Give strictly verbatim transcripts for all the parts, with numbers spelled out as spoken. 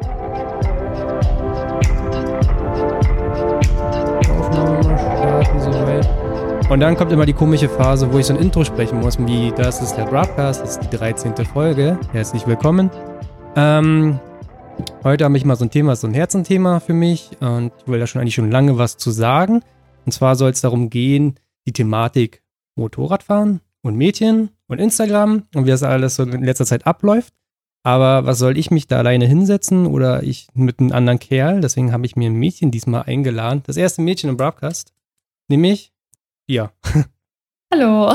Aufnahme starten, soweit. Und dann kommt immer die komische Phase, wo ich so ein Intro sprechen muss, wie das ist der Broadcast, das ist die dreizehnte Folge. Herzlich willkommen. Ähm, heute habe ich mal so ein Thema, so ein Herzenthema für mich und ich will da schon eigentlich schon lange was zu sagen. Und zwar soll es darum gehen, die Thematik Motorradfahren und Mädchen und Instagram und wie das alles so in letzter Zeit abläuft. Aber was soll ich mich da alleine hinsetzen oder ich mit einem anderen Kerl? Deswegen habe ich mir ein Mädchen diesmal eingeladen. Das erste Mädchen im Broadcast, nämlich ja. Hallo.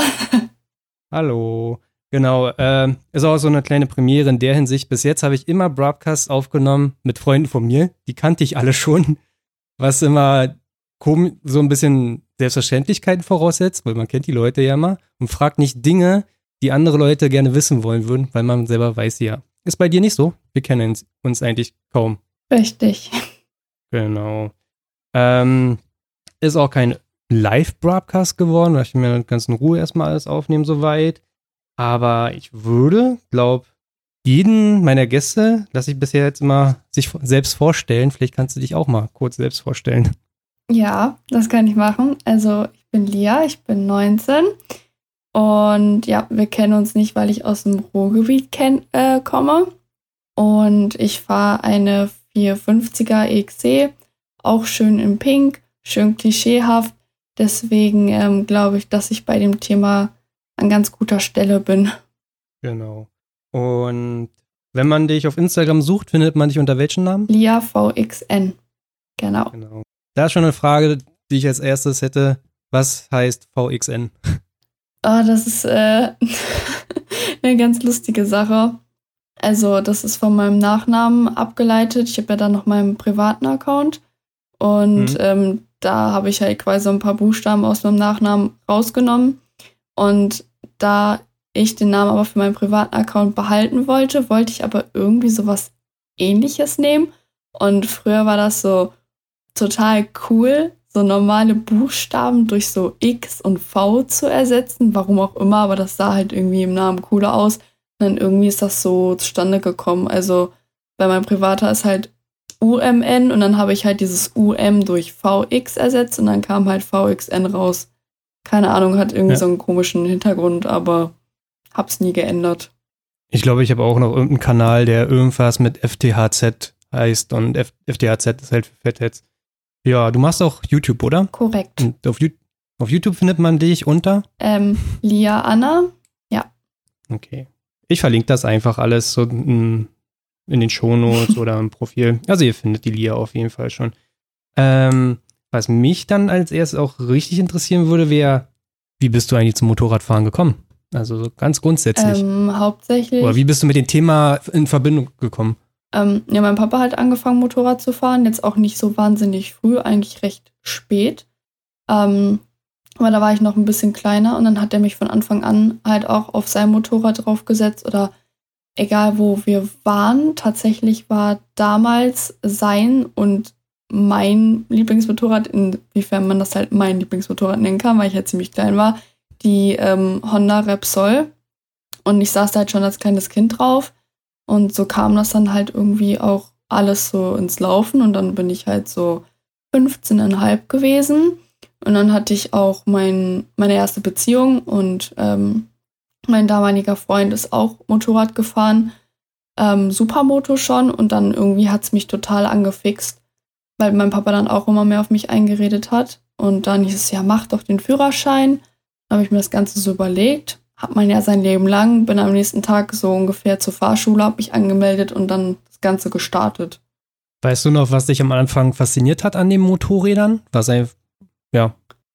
Hallo. Genau, äh, ist auch so eine kleine Premiere in der Hinsicht. Bis jetzt habe ich immer Broadcasts aufgenommen mit Freunden von mir. Die kannte ich alle schon, was immer kom- so ein bisschen Selbstverständlichkeiten voraussetzt, weil man kennt die Leute ja immer und fragt nicht Dinge, die andere Leute gerne wissen wollen würden, weil man selber weiß ja. Ist bei dir nicht so? Wir kennen uns, uns eigentlich kaum. Richtig. Genau. Ähm, ist auch kein Live-Broadcast geworden, weil ich mir ganz in Ruhe erstmal alles aufnehmen soweit. Aber ich würde, glaube jeden meiner Gäste, lasse ich bisher jetzt immer sich selbst vorstellen. Vielleicht kannst du dich auch mal kurz selbst vorstellen. Ja, das kann ich machen. Also ich bin Lia, ich bin neunzehn und ja, wir kennen uns nicht, weil ich aus dem Ruhrgebiet kenn- äh, komme und ich fahre eine vierhundertfünfziger E X C, auch schön in Pink, schön klischeehaft. Deswegen ähm, glaube ich, dass ich bei dem Thema an ganz guter Stelle bin. Genau. Und wenn man dich auf Instagram sucht, findet man dich unter welchem Namen? Lia V X N. Genau. Genau. Da ist schon eine Frage, die ich als erstes hätte. Was heißt V X N? Oh, das ist äh, eine ganz lustige Sache. Also das ist von meinem Nachnamen abgeleitet. Ich habe ja dann noch meinen privaten Account. Und Mhm. ähm, da habe ich halt quasi so ein paar Buchstaben aus meinem Nachnamen rausgenommen. Und da ich den Namen aber für meinen privaten Account behalten wollte, wollte ich aber irgendwie sowas Ähnliches nehmen. Und früher war das so total cool, so normale Buchstaben durch so X und V zu ersetzen. Warum auch immer, aber das sah halt irgendwie im Namen cooler aus. Und dann irgendwie ist das so zustande gekommen. Also, weil mein privater ist halt U M N und dann habe ich halt dieses U M durch V X ersetzt und dann kam halt V X N raus. Keine Ahnung, hat irgendwie Ja. so einen komischen Hintergrund, aber hab's nie geändert. Ich glaube, ich habe auch noch irgendeinen Kanal, der irgendwas mit F T H Z heißt und F- FTHZ ist halt für Fatheads. Ja, du machst auch YouTube, oder? Korrekt. Und auf, Ju- auf YouTube findet man dich unter? Ähm, Lia Anna, Okay. Ich verlinke das einfach alles so in, in den Shownotes oder im Profil. Also ihr findet die Lia auf jeden Fall schon. Ähm, was mich dann als erstes auch richtig interessieren würde, wäre, wie bist du eigentlich zum Motorradfahren gekommen? Also so ganz grundsätzlich. ähm, hauptsächlich. Oder wie bist du mit dem Thema in Verbindung gekommen? Ähm, ja, mein Papa hat angefangen, Motorrad zu fahren. Jetzt auch nicht so wahnsinnig früh, eigentlich recht spät. Ähm, aber da war ich noch ein bisschen kleiner und dann hat er mich von Anfang an halt auch auf sein Motorrad draufgesetzt oder egal wo wir waren. Tatsächlich war damals sein und mein Lieblingsmotorrad, inwiefern man das halt mein Lieblingsmotorrad nennen kann, weil ich halt ziemlich klein war, die ähm, Honda Repsol. Und ich saß da halt schon als kleines Kind drauf. Und so kam das dann halt irgendwie auch alles so ins Laufen. Und dann bin ich halt so fünfzehn Komma fünf gewesen. Und dann hatte ich auch mein, meine erste Beziehung. Und ähm, mein damaliger Freund ist auch Motorrad gefahren. Ähm, Supermoto schon. Und dann irgendwie hat es mich total angefixt, weil mein Papa dann auch immer mehr auf mich eingeredet hat. Und dann hieß es, ja, mach doch den Führerschein. Dann habe ich mir das Ganze so überlegt. Hat man ja sein Leben lang, bin am nächsten Tag so ungefähr zur Fahrschule, habe mich angemeldet und dann das Ganze gestartet. Weißt du noch, was dich am Anfang fasziniert hat an den Motorrädern? Was ein, ja.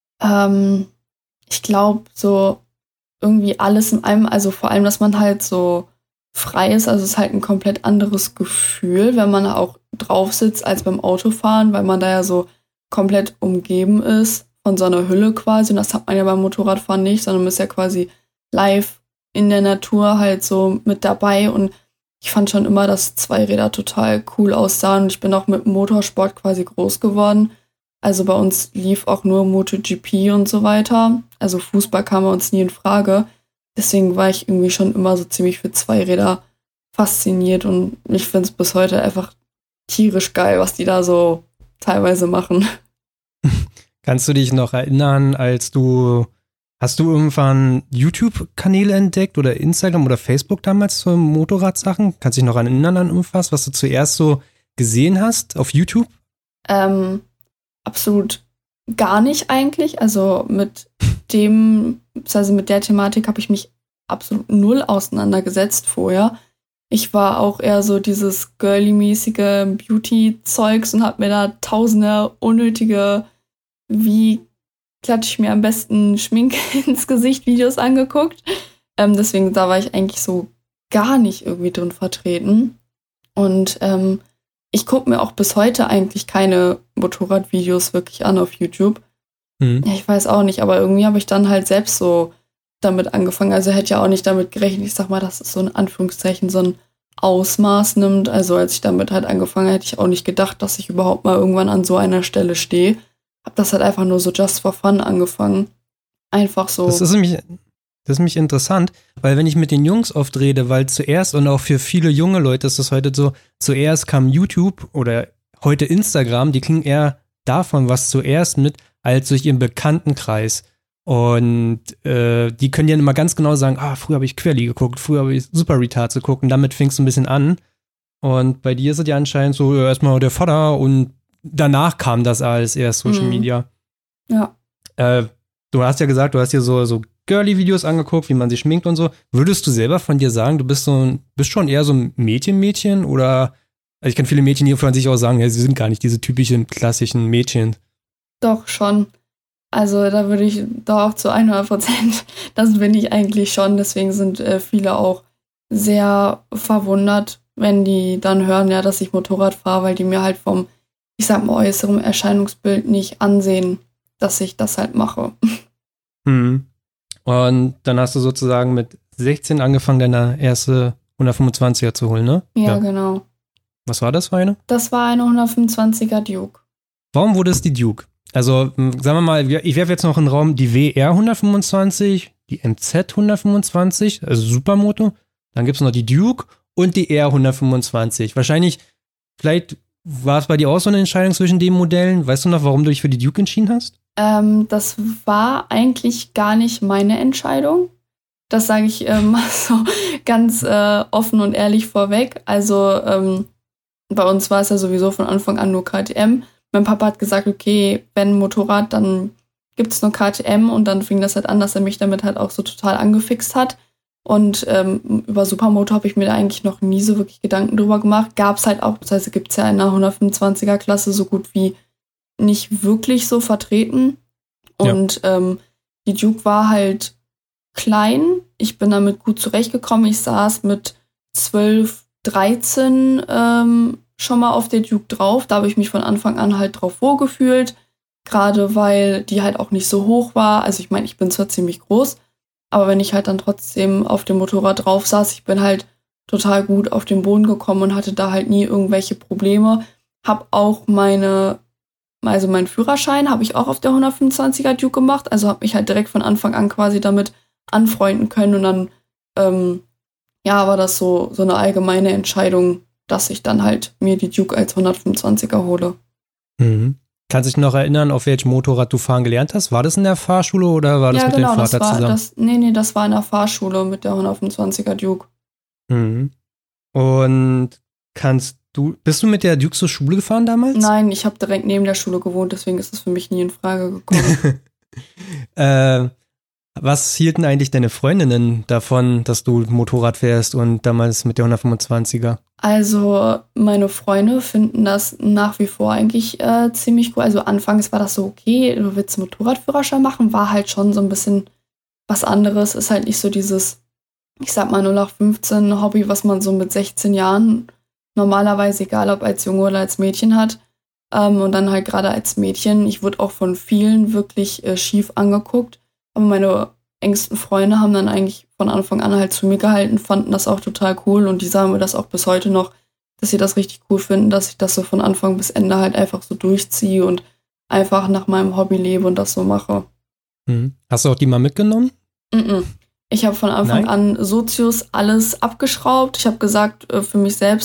Ähm, ich glaube, so irgendwie alles in einem, also vor allem, dass man halt so frei ist, also es ist halt ein komplett anderes Gefühl, wenn man auch drauf sitzt als beim Autofahren, weil man da ja so komplett umgeben ist von so einer Hülle quasi und das hat man ja beim Motorradfahren nicht, sondern man ist ja quasi live in der Natur halt so mit dabei und ich fand schon immer, dass Zweiräder total cool aussahen und ich bin auch mit Motorsport quasi groß geworden. Also bei uns lief auch nur MotoGP und so weiter. Also Fußball kam bei uns nie in Frage. Deswegen war ich irgendwie schon immer so ziemlich für Zweiräder fasziniert und ich finde es bis heute einfach tierisch geil, was die da so teilweise machen. Kannst du dich noch erinnern, als du, hast du irgendwann YouTube-Kanäle entdeckt oder Instagram oder Facebook damals zu Motorradsachen? Kannst du dich noch erinnern an irgendwas, was du zuerst so gesehen hast auf YouTube? Ähm, absolut gar nicht eigentlich. Also mit dem, also mit der Thematik habe ich mich absolut null auseinandergesetzt vorher. Ich war auch eher so dieses girly-mäßige Beauty-Zeugs und habe mir da tausende unnötige, wie klatsche ich mir am besten Schminke ins Gesicht Videos angeguckt. Ähm, deswegen, da war ich eigentlich so gar nicht irgendwie drin vertreten. Und ähm, ich gucke mir auch bis heute eigentlich keine Motorradvideos wirklich an auf YouTube. Mhm. Ja, ich weiß auch nicht, aber irgendwie habe ich dann halt selbst so damit angefangen. Also hätte ja auch nicht damit gerechnet. Ich sag mal, dass es so in Anführungszeichen so ein Ausmaß nimmt. Also als ich damit halt angefangen habe, hätte ich auch nicht gedacht, dass ich überhaupt mal irgendwann an so einer Stelle stehe. Hab das halt einfach nur so just for fun angefangen. Einfach so. Das ist nämlich, das ist nämlich interessant, weil wenn ich mit den Jungs oft rede, weil zuerst und auch für viele junge Leute ist das heute so, zuerst kam YouTube oder heute Instagram, die kriegen eher davon was zuerst mit, als durch ihren Bekanntenkreis. Und äh, die können ja immer ganz genau sagen, ah, früher habe ich Quelli geguckt, früher habe ich Super Retards geguckt und damit fingst du ein bisschen an. Und bei dir ist es ja anscheinend so, ja, erstmal der Vater und danach kam das alles erst, Social mhm. Media. Ja. Äh, du hast ja gesagt, du hast dir so, so Girly-Videos angeguckt, wie man sich schminkt und so. Würdest du selber von dir sagen, du bist so ein, bist schon eher so ein Mädchen-Mädchen oder, also ich kenne viele Mädchen, die von sich auch sagen, ja, sie sind gar nicht diese typischen klassischen Mädchen. Doch, schon. Also da würde ich doch auch zu hundert Prozent, das bin ich eigentlich schon. Deswegen sind äh, viele auch sehr verwundert, wenn die dann hören, ja, dass ich Motorrad fahre, weil die mir halt vom, ich sag mal, äußeren Erscheinungsbild nicht ansehen, dass ich das halt mache. Mhm. Und dann hast du sozusagen mit sechzehn angefangen, deine erste hundertfünfundzwanziger zu holen, ne? Ja, ja. Genau. Was war das für eine? Das war eine hundertfünfundzwanziger Duke. Warum wurde es die Duke? Also, sagen wir mal, ich werfe jetzt noch in den Raum die W R hundertfünfundzwanzig, die M Z hundertfünfundzwanzig, also Supermoto. Dann gibt es noch die Duke und die R hundertfünfundzwanzig. Wahrscheinlich, vielleicht war es bei dir auch so eine Entscheidung zwischen den Modellen. Weißt du noch, warum du dich für die Duke entschieden hast? Ähm, das war eigentlich gar nicht meine Entscheidung. Das sage ich ähm, so ganz äh, offen und ehrlich vorweg. Also ähm, bei uns war es ja sowieso von Anfang an nur K T M. Mein Papa hat gesagt, okay, wenn Motorrad, dann gibt es nur K T M und dann fing das halt an, dass er mich damit halt auch so total angefixt hat. Und ähm, über Supermoto habe ich mir da eigentlich noch nie so wirklich Gedanken drüber gemacht. Gab es halt auch, das heißt, gibt es ja in der hundertfünfundzwanziger Klasse so gut wie nicht wirklich so vertreten. Und ja. ähm, die Duke war halt klein. Ich bin damit gut zurechtgekommen. Ich saß mit zwölf, dreizehn ähm, schon mal auf der Duke drauf. Da habe ich mich von Anfang an halt drauf wohlgefühlt. Gerade weil die halt auch nicht so hoch war. Also ich meine, ich bin zwar ziemlich groß, aber wenn ich halt dann trotzdem auf dem Motorrad drauf saß, ich bin halt total gut auf den Boden gekommen und hatte da halt nie irgendwelche Probleme. Hab auch meine, also meinen Führerschein habe ich auch auf der hundertfünfundzwanziger Duke gemacht. Also habe mich halt direkt von Anfang an quasi damit anfreunden können. Und dann, ähm, ja, war das so, so eine allgemeine Entscheidung, dass ich dann halt mir die Duke als hundertfünfundzwanziger hole. Mhm. Kannst du dich noch erinnern, auf welchem Motorrad du fahren gelernt hast? War das in der Fahrschule oder war das ja, mit genau, dem Vater das war, zusammen? Das, nee, nee, das war in der Fahrschule mit der hundertfünfundzwanziger Duke. Mhm. Und kannst du, bist du mit der Duke zur Schule gefahren damals? Nein, ich habe direkt neben der Schule gewohnt, deswegen ist das für mich nie in Frage gekommen. äh, was hielten eigentlich deine Freundinnen davon, dass du Motorrad fährst und damals mit der hundertfünfundzwanziger? Also meine Freunde finden das nach wie vor eigentlich äh, ziemlich cool. Also anfangs war das so, okay, du willst Motorradführerschein machen, war halt schon so ein bisschen was anderes. Ist halt nicht so dieses, ich sag mal null acht fünfzehn Hobby, was man so mit sechzehn Jahren normalerweise, egal ob als Junge oder als Mädchen hat. Ähm, und dann halt gerade als Mädchen, ich wurde auch von vielen wirklich äh, schief angeguckt. Aber meine engsten Freunde haben dann eigentlich von Anfang an halt zu mir gehalten, fanden das auch total cool und die sagen mir das auch bis heute noch, dass sie das richtig cool finden, dass ich das so von Anfang bis Ende halt einfach so durchziehe und einfach nach meinem Hobby lebe und das so mache. Mhm. Hast du auch die mal mitgenommen? Mm-mm. Ich habe von Anfang Nein? an Sozius alles abgeschraubt. Ich habe gesagt, für mich selbst,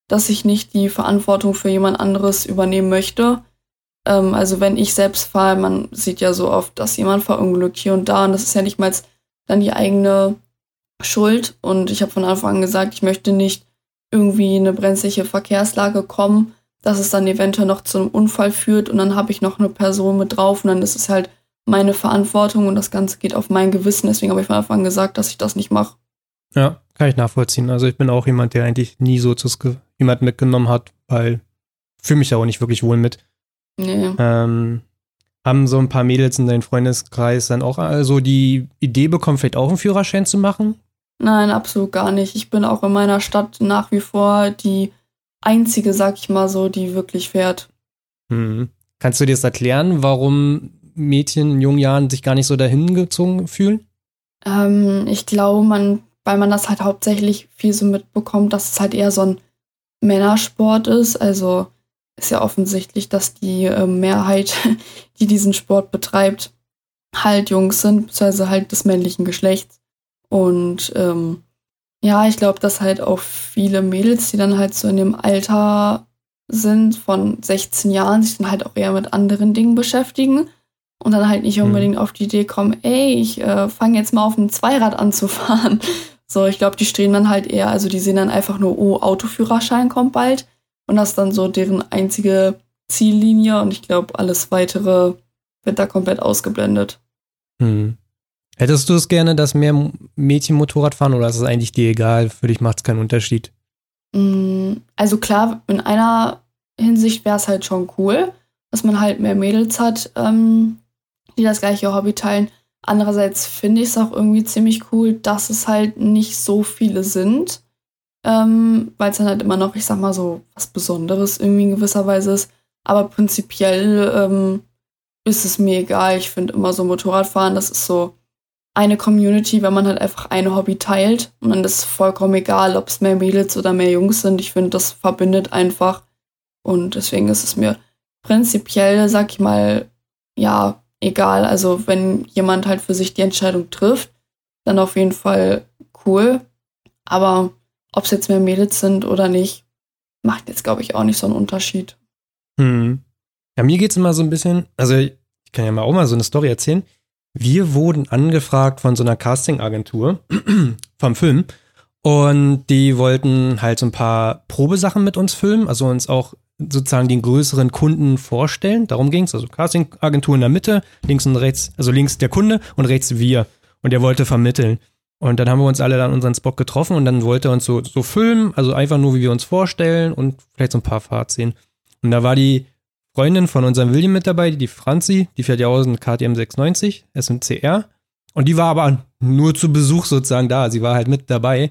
dass ich nicht die Verantwortung für jemand anderes übernehmen möchte. Ähm, also wenn ich selbst fahre, man sieht ja so oft, dass jemand verunglückt hier und da und das ist ja nicht mal dann die eigene Schuld. Und ich habe von Anfang an gesagt, ich möchte nicht irgendwie in eine brenzliche Verkehrslage kommen, dass es dann eventuell noch zu einem Unfall führt und dann habe ich noch eine Person mit drauf und dann ist es halt meine Verantwortung und das Ganze geht auf mein Gewissen. Deswegen habe ich von Anfang an gesagt, dass ich das nicht mache. Ja, kann ich nachvollziehen. Also ich bin auch jemand, der eigentlich nie so zu jemanden mitgenommen hat, weil ich fühle mich ja auch nicht wirklich wohl mit. Nee. Ähm, haben so ein paar Mädels in deinem Freundeskreis dann auch also die Idee bekommen, vielleicht auch einen Führerschein zu machen? Nein, absolut gar nicht. Ich bin auch in meiner Stadt nach wie vor die einzige, sag ich mal so, die wirklich fährt. Hm. Kannst du dir das erklären, warum Mädchen in jungen Jahren sich gar nicht so dahin gezogen fühlen? Ähm, ich glaube, man, weil man das halt hauptsächlich viel so mitbekommt, dass es halt eher so ein Männersport ist. Also ist ja offensichtlich, dass die äh, Mehrheit, die diesen Sport betreibt, halt Jungs sind, beziehungsweise halt des männlichen Geschlechts. Und ähm, ja, ich glaube, dass halt auch viele Mädels, die dann halt so in dem Alter sind von sechzehn Jahren, sich dann halt auch eher mit anderen Dingen beschäftigen und dann halt nicht unbedingt mhm. auf die Idee kommen, ey, ich äh, fange jetzt mal auf einem Zweirad an zu fahren. So, ich glaube, die stehen dann halt eher, also die sehen dann einfach nur, oh, Autoführerschein kommt bald und das ist dann so deren einzige Ziellinie und ich glaube, alles Weitere wird da komplett ausgeblendet. Hm. Hättest du es gerne, dass mehr Mädchen Motorrad fahren oder ist es eigentlich dir egal? Für dich macht es keinen Unterschied? Also klar, in einer Hinsicht wäre es halt schon cool, dass man halt mehr Mädels hat, ähm, die das gleiche Hobby teilen. Andererseits finde ich es auch irgendwie ziemlich cool, dass es halt nicht so viele sind, ähm, weil es dann halt immer noch, ich sag mal so, was Besonderes irgendwie in gewisser Weise ist. Aber prinzipiell ähm, ist es mir egal. Ich finde immer so Motorradfahren, das ist so eine Community, wenn man halt einfach ein Hobby teilt und dann ist es vollkommen egal, ob es mehr Mädels oder mehr Jungs sind. Ich finde, das verbindet einfach und deswegen ist es mir prinzipiell, sag ich mal, ja, egal. Also wenn jemand halt für sich die Entscheidung trifft, dann auf jeden Fall cool. Aber ob es jetzt mehr Mädels sind oder nicht, macht jetzt, glaube ich, auch nicht so einen Unterschied. Hm. Ja, mir geht es immer so ein bisschen, also ich kann ja mal auch mal so eine Story erzählen. Wir wurden angefragt von so einer Casting-Agentur vom Film und die wollten halt so ein paar Probesachen mit uns filmen, also uns auch sozusagen den größeren Kunden vorstellen. Darum ging es, also Casting-Agentur in der Mitte, links und rechts, also links der Kunde und rechts wir. Und der wollte vermitteln. Und dann haben wir uns alle an unseren Spot getroffen und dann wollte er uns so, so filmen, also einfach nur, wie wir uns vorstellen und vielleicht so ein paar Fahrtszenen. Und da war die Freundin von unserem William mit dabei, die Franzi, die fährt ja auch einen K T M sechsundneunzig, S M C R. Und die war aber nur zu Besuch sozusagen da, sie war halt mit dabei.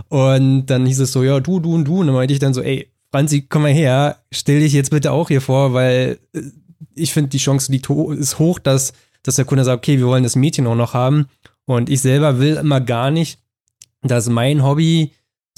Und dann hieß es so, ja, du, du und du. Und dann meinte ich dann so, ey, Franzi, komm mal her, stell dich jetzt bitte auch hier vor, weil ich finde, die Chance liegt ho- ist hoch, dass, dass der Kunde sagt, okay, wir wollen das Mädchen auch noch haben. Und ich selber will immer gar nicht, dass mein Hobby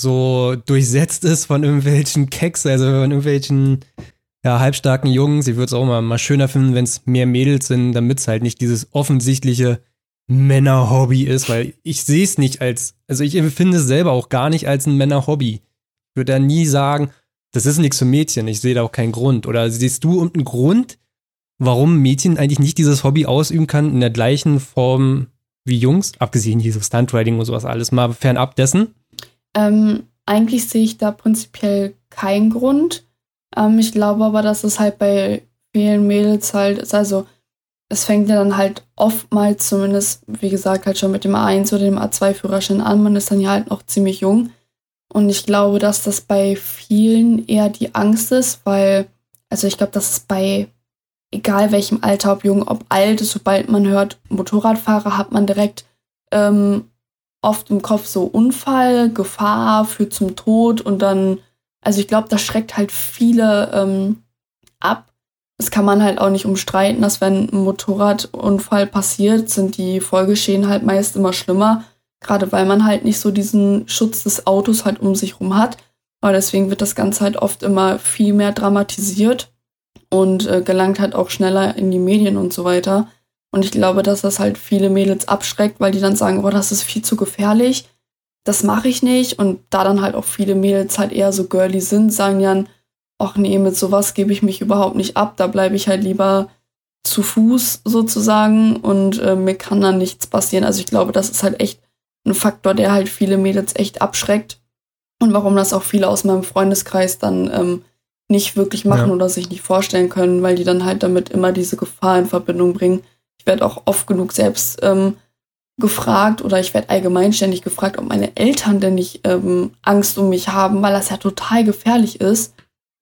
so durchsetzt ist von irgendwelchen Keks, also von irgendwelchen ja, halbstarken Jungs. Ich würde es auch mal, mal schöner finden, wenn es mehr Mädels sind, damit es halt nicht dieses offensichtliche Männerhobby ist, weil ich sehe es nicht als, also ich empfinde es selber auch gar nicht als ein Männerhobby. Ich würde da nie sagen, das ist nichts für Mädchen, ich sehe da auch keinen Grund. Oder siehst du einen Grund, warum Mädchen eigentlich nicht dieses Hobby ausüben kann in der gleichen Form wie Jungs? Abgesehen hier so Stuntriding und sowas alles, mal fernab dessen? Ähm, eigentlich sehe ich da prinzipiell keinen Grund. Ähm, ich glaube aber, dass es halt bei vielen Mädels halt ist, also es fängt ja dann halt oftmals zumindest, wie gesagt, halt schon mit dem A eins oder dem A zwei Führerschein an. Man ist dann ja halt noch ziemlich jung. Und ich glaube, dass das bei vielen eher die Angst ist, weil, also ich glaube, dass es bei, egal welchem Alter, ob jung, ob alt, sobald man hört Motorradfahrer, hat man direkt ähm, oft im Kopf so Unfall, Gefahr, führt zum Tod und dann, also ich glaube, das schreckt halt viele ähm, ab. Das kann man halt auch nicht umstreiten, dass wenn ein Motorradunfall passiert, sind die Folgeschäden halt meist immer schlimmer, gerade weil man halt nicht so diesen Schutz des Autos halt um sich rum hat. Aber deswegen wird das Ganze halt oft immer viel mehr dramatisiert und äh, gelangt halt auch schneller in die Medien und so weiter. Und ich glaube, dass das halt viele Mädels abschreckt, weil die dann sagen, oh, das ist viel zu gefährlich. das mache ich nicht. Und da dann halt auch viele Mädels halt eher so girly sind, sagen dann, ach nee, mit sowas gebe ich mich überhaupt nicht ab, da bleibe ich halt lieber zu Fuß sozusagen und äh, mir kann dann nichts passieren. Also ich glaube, das ist halt echt ein Faktor, der halt viele Mädels echt abschreckt und warum das auch viele aus meinem Freundeskreis dann ähm, nicht wirklich machen Ja. oder sich nicht vorstellen können, weil die dann halt damit immer diese Gefahr in Verbindung bringen. Ich werde auch oft genug selbst ähm, gefragt oder ich werde allgemein ständig gefragt, ob meine Eltern denn nicht ähm, Angst um mich haben, weil das ja total gefährlich ist.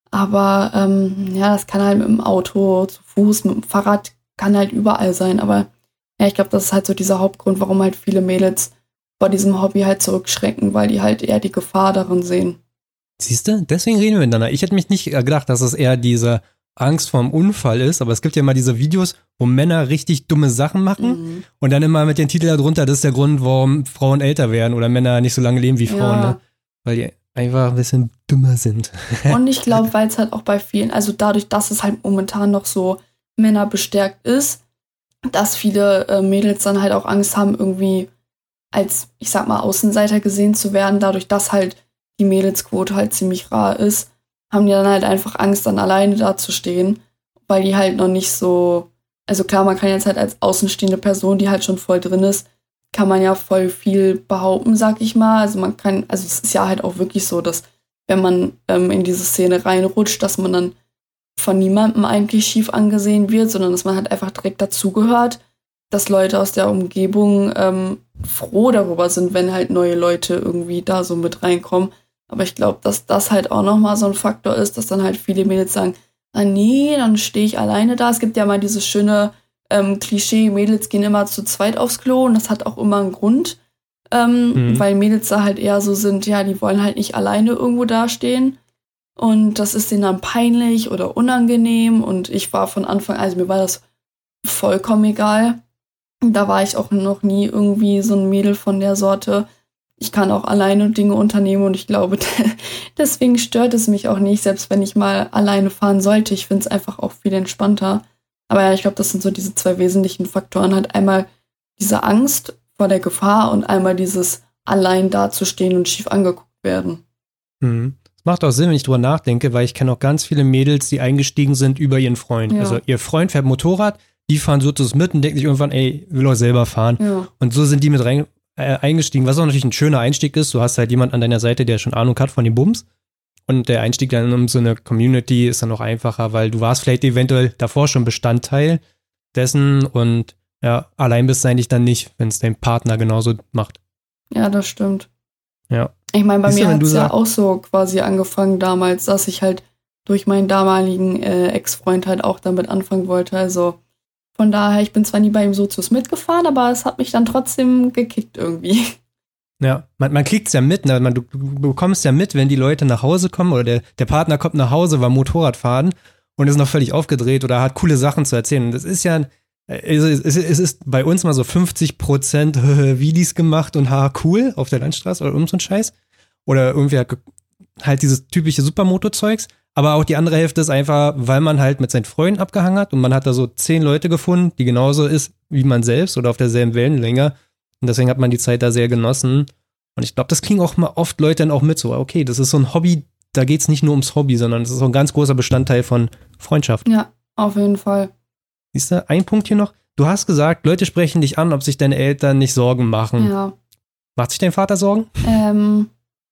Aber ähm, ja, das kann halt mit dem Auto, zu Fuß, mit dem Fahrrad, kann halt überall sein. Aber ja, ich glaube, das ist halt so dieser Hauptgrund, warum halt viele Mädels vor diesem Hobby halt zurückschrecken, weil die halt eher die Gefahr darin sehen. Siehst du? Deswegen reden wir miteinander. Ich hätte mich nicht gedacht, dass es eher diese Angst vorm Unfall ist, aber es gibt ja immer diese Videos, wo Männer richtig dumme Sachen machen Mhm. und dann immer mit dem Titel darunter, das ist der Grund, warum Frauen älter werden oder Männer nicht so lange leben wie Frauen, Ja. ne? Weil die einfach ein bisschen dümmer sind. Und ich glaube, weil es halt auch bei vielen, also dadurch, dass es halt momentan noch so männerbestärkt ist, dass viele äh, Mädels dann halt auch Angst haben, irgendwie als, ich sag mal, Außenseiter gesehen zu werden, dadurch, dass halt die Mädelsquote halt ziemlich rar ist, haben die dann halt einfach Angst, dann alleine dazustehen, weil die halt noch nicht so, also klar, man kann jetzt halt als außenstehende Person, die halt schon voll drin ist, kann man ja voll viel behaupten, sag ich mal. Also man kann, also es ist ja halt auch wirklich so, dass wenn man ähm, in diese Szene reinrutscht, dass man dann von niemandem eigentlich schief angesehen wird, sondern dass man halt einfach direkt dazugehört, dass Leute aus der Umgebung ähm, froh darüber sind, wenn halt neue Leute irgendwie da so mit reinkommen. Aber ich glaube, dass das halt auch nochmal so ein Faktor ist, dass dann halt viele Mädels sagen, ah nee, dann stehe ich alleine da. Es gibt ja mal dieses schöne ähm, Klischee, Mädels gehen immer zu zweit aufs Klo und das hat auch immer einen Grund, ähm, Mhm. weil Mädels da halt eher so sind, ja, die wollen halt nicht alleine irgendwo dastehen und das ist denen dann peinlich oder unangenehm und ich war von Anfang, also mir war das vollkommen egal. Da war ich auch noch nie irgendwie so ein Mädel von der Sorte. Ich kann auch alleine Dinge unternehmen und ich glaube, deswegen stört es mich auch nicht, selbst wenn ich mal alleine fahren sollte. Ich finde es einfach auch viel entspannter. Aber ja, ich glaube, das sind so diese zwei wesentlichen Faktoren. Halt einmal diese Angst vor der Gefahr und einmal dieses allein dazustehen und schief angeguckt werden. Mhm. Das macht auch Sinn, wenn ich drüber nachdenke, weil ich kenne auch ganz viele Mädels, die eingestiegen sind über ihren Freund. Ja. Also ihr Freund fährt Motorrad, die fahren so mit und denken sich irgendwann, ey, will auch selber fahren. Ja. Und so sind die mit rein äh, eingestiegen, was auch natürlich ein schöner Einstieg ist. Du hast halt jemand an deiner Seite, der schon Ahnung hat von dem Bums. Und der Einstieg dann in so eine Community ist dann auch einfacher, weil du warst vielleicht eventuell davor schon Bestandteil dessen und ja, allein bist du eigentlich dann nicht, wenn es dein Partner genauso macht. Ja, das stimmt. Ja. Ich meine, bei Siehst du, mir wenn hat du es ja sag- auch so quasi angefangen damals, dass ich halt durch meinen damaligen äh, Ex-Freund halt auch damit anfangen wollte. Also von daher, ich bin zwar nie bei ihm Sozius mitgefahren, aber es hat mich dann trotzdem gekickt irgendwie. Ja, man, man kriegt es ja mit, ne? man, du, du bekommst ja mit, wenn die Leute nach Hause kommen oder der, der Partner kommt nach Hause, war Motorradfahren und ist noch völlig aufgedreht oder hat coole Sachen zu erzählen. Und das ist ja, es ist, es ist bei uns mal so fünfzig Prozent Videos gemacht und haha, cool auf der Landstraße oder irgend so ein Scheiß. Oder irgendwie halt, halt dieses typische Supermoto-Zeugs. Aber auch die andere Hälfte ist einfach, weil man halt mit seinen Freunden abgehangen hat und man hat da so zehn Leute gefunden, die genauso ist wie man selbst oder auf derselben Wellenlänge. Und deswegen hat man die Zeit da sehr genossen. Und ich glaube, das kriegen auch mal oft Leute dann auch mit, so, okay, das ist so ein Hobby, da geht es nicht nur ums Hobby, sondern es ist so ein ganz großer Bestandteil von Freundschaft. Ja, auf jeden Fall. Siehst du, ein Punkt hier noch. Du hast gesagt, Leute sprechen dich an, ob sich deine Eltern nicht Sorgen machen. Ja. Macht sich dein Vater Sorgen? Ähm,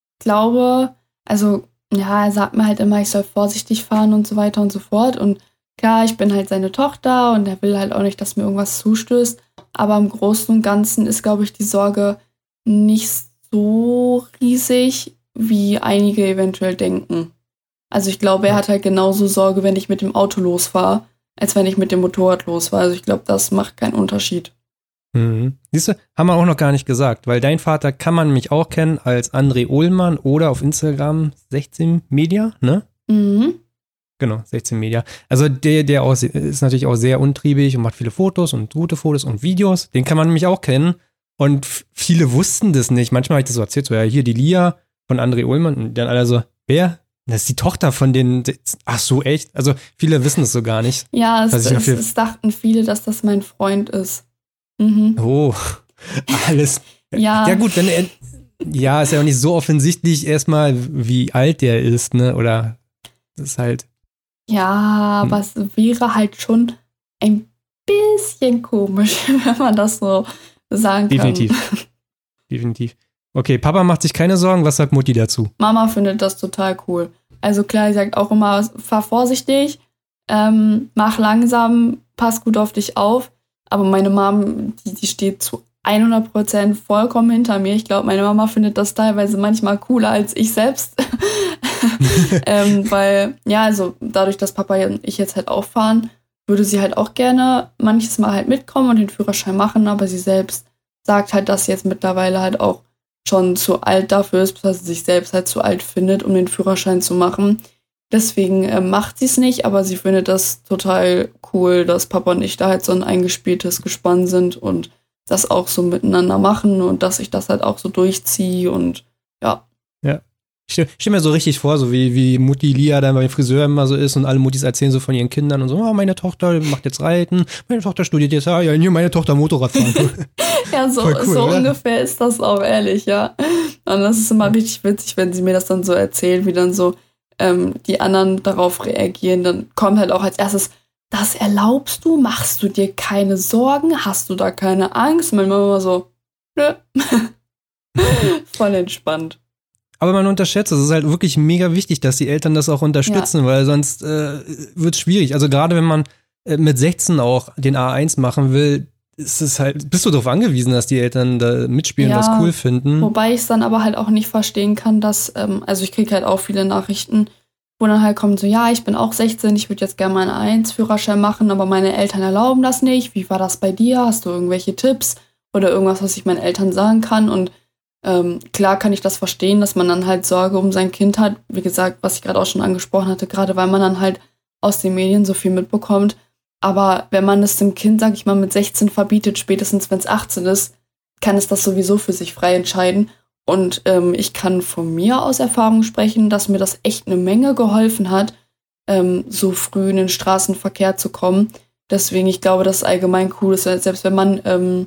glaube, also, ja, er sagt mir halt immer, ich soll vorsichtig fahren und so weiter und so fort. Und klar, ich bin halt seine Tochter und er will halt auch nicht, dass mir irgendwas zustößt. Aber im Großen und Ganzen ist, glaube ich, die Sorge nicht so riesig, wie einige eventuell denken. Also ich glaube, er hat halt genauso Sorge, wenn ich mit dem Auto losfahre, als wenn ich mit dem Motorrad losfahre. Also ich glaube, das macht keinen Unterschied. Mhm. Siehst du, haben wir auch noch gar nicht gesagt, weil dein Vater kann man mich auch kennen als André Ohlmann oder auf Instagram sechzehn Media, ne? Mhm. Genau, sechzehn Media. Also der, der auch, ist natürlich auch sehr untriebig und macht viele Fotos und gute Fotos und Videos. Den kann man nämlich auch kennen. Und f- viele wussten das nicht. Manchmal habe ich das so erzählt, so ja, hier die Lia von André Ullmann. Und dann alle so, wer? Das ist die Tochter von den, ach so, echt? Also viele wissen es so gar nicht. Ja, es, Was ich es, dafür- es dachten viele, dass das mein Freund ist. Mhm. Oh, alles. Ja. Ja gut, wenn er, Ja, ist ja auch nicht so offensichtlich erstmal, wie alt der ist, ne? Oder das ist halt. Ja, Hm. aber es wäre halt schon ein bisschen komisch, wenn man das so sagen Definitiv. kann. Definitiv. Okay, Papa macht sich keine Sorgen. Was sagt Mutti dazu? Mama findet das total cool. Also klar, sie sagt auch immer, fahr vorsichtig, ähm, mach langsam, pass gut auf dich auf. Aber meine Mom, die, die steht zu hundert Prozent vollkommen hinter mir. Ich glaube, meine Mama findet das teilweise manchmal cooler als ich selbst. ähm, weil, ja, also dadurch, dass Papa und ich jetzt halt auch fahren, würde sie halt auch gerne manches Mal halt mitkommen und den Führerschein machen, aber sie selbst sagt halt, dass sie jetzt mittlerweile halt auch schon zu alt dafür ist, dass sie sich selbst halt zu alt findet, um den Führerschein zu machen. Deswegen äh, macht sie es nicht, aber sie findet das total cool, dass Papa und ich da halt so ein eingespieltes Gespann sind und das auch so miteinander machen und dass ich das halt auch so durchziehe und ja. Ja. Ich stelle stell mir so richtig vor, so wie, wie Mutti Lia dann beim Friseur immer so ist und alle Muttis erzählen so von ihren Kindern und so, oh, meine Tochter macht jetzt Reiten, meine Tochter studiert jetzt, ja, ja, hier meine Tochter Motorrad fahren. Ja, so, cool, so oder? ungefähr ist das auch, ehrlich, ja. Und das ist immer richtig witzig, wenn sie mir das dann so erzählen, wie dann so ähm, die anderen darauf reagieren. Dann kommt halt auch als erstes, das erlaubst du? Machst du dir keine Sorgen? Hast du da keine Angst? Und meine Mama immer so, nö. Voll entspannt. Aber man unterschätzt es. Es ist halt wirklich mega wichtig, dass die Eltern das auch unterstützen, ja. Weil sonst äh, wird es schwierig. Also gerade wenn man äh, mit sechzehn auch den A eins machen will, ist es halt, bist du darauf angewiesen, dass die Eltern da mitspielen ja, und das cool finden. Wobei ich es dann aber halt auch nicht verstehen kann, dass, ähm, also ich kriege halt auch viele Nachrichten, wo dann halt kommt so, ja, ich bin auch sechzehn, ich würde jetzt gerne meinen A eins Führerschein machen, aber meine Eltern erlauben das nicht. Wie war das bei dir? Hast du irgendwelche Tipps oder irgendwas, was ich meinen Eltern sagen kann? Und ähm, klar kann ich das verstehen, dass man dann halt Sorge um sein Kind hat. Wie gesagt, was ich gerade auch schon angesprochen hatte, gerade weil man dann halt aus den Medien so viel mitbekommt. Aber wenn man es dem Kind, sag ich mal, mit sechzehn verbietet, spätestens wenn es achtzehn ist, kann es das sowieso für sich frei entscheiden. Und ähm, ich kann von mir aus Erfahrung sprechen, dass mir das echt eine Menge geholfen hat, ähm, so früh in den Straßenverkehr zu kommen. Deswegen, ich glaube, das ist allgemein cool. Ist, selbst wenn man ähm,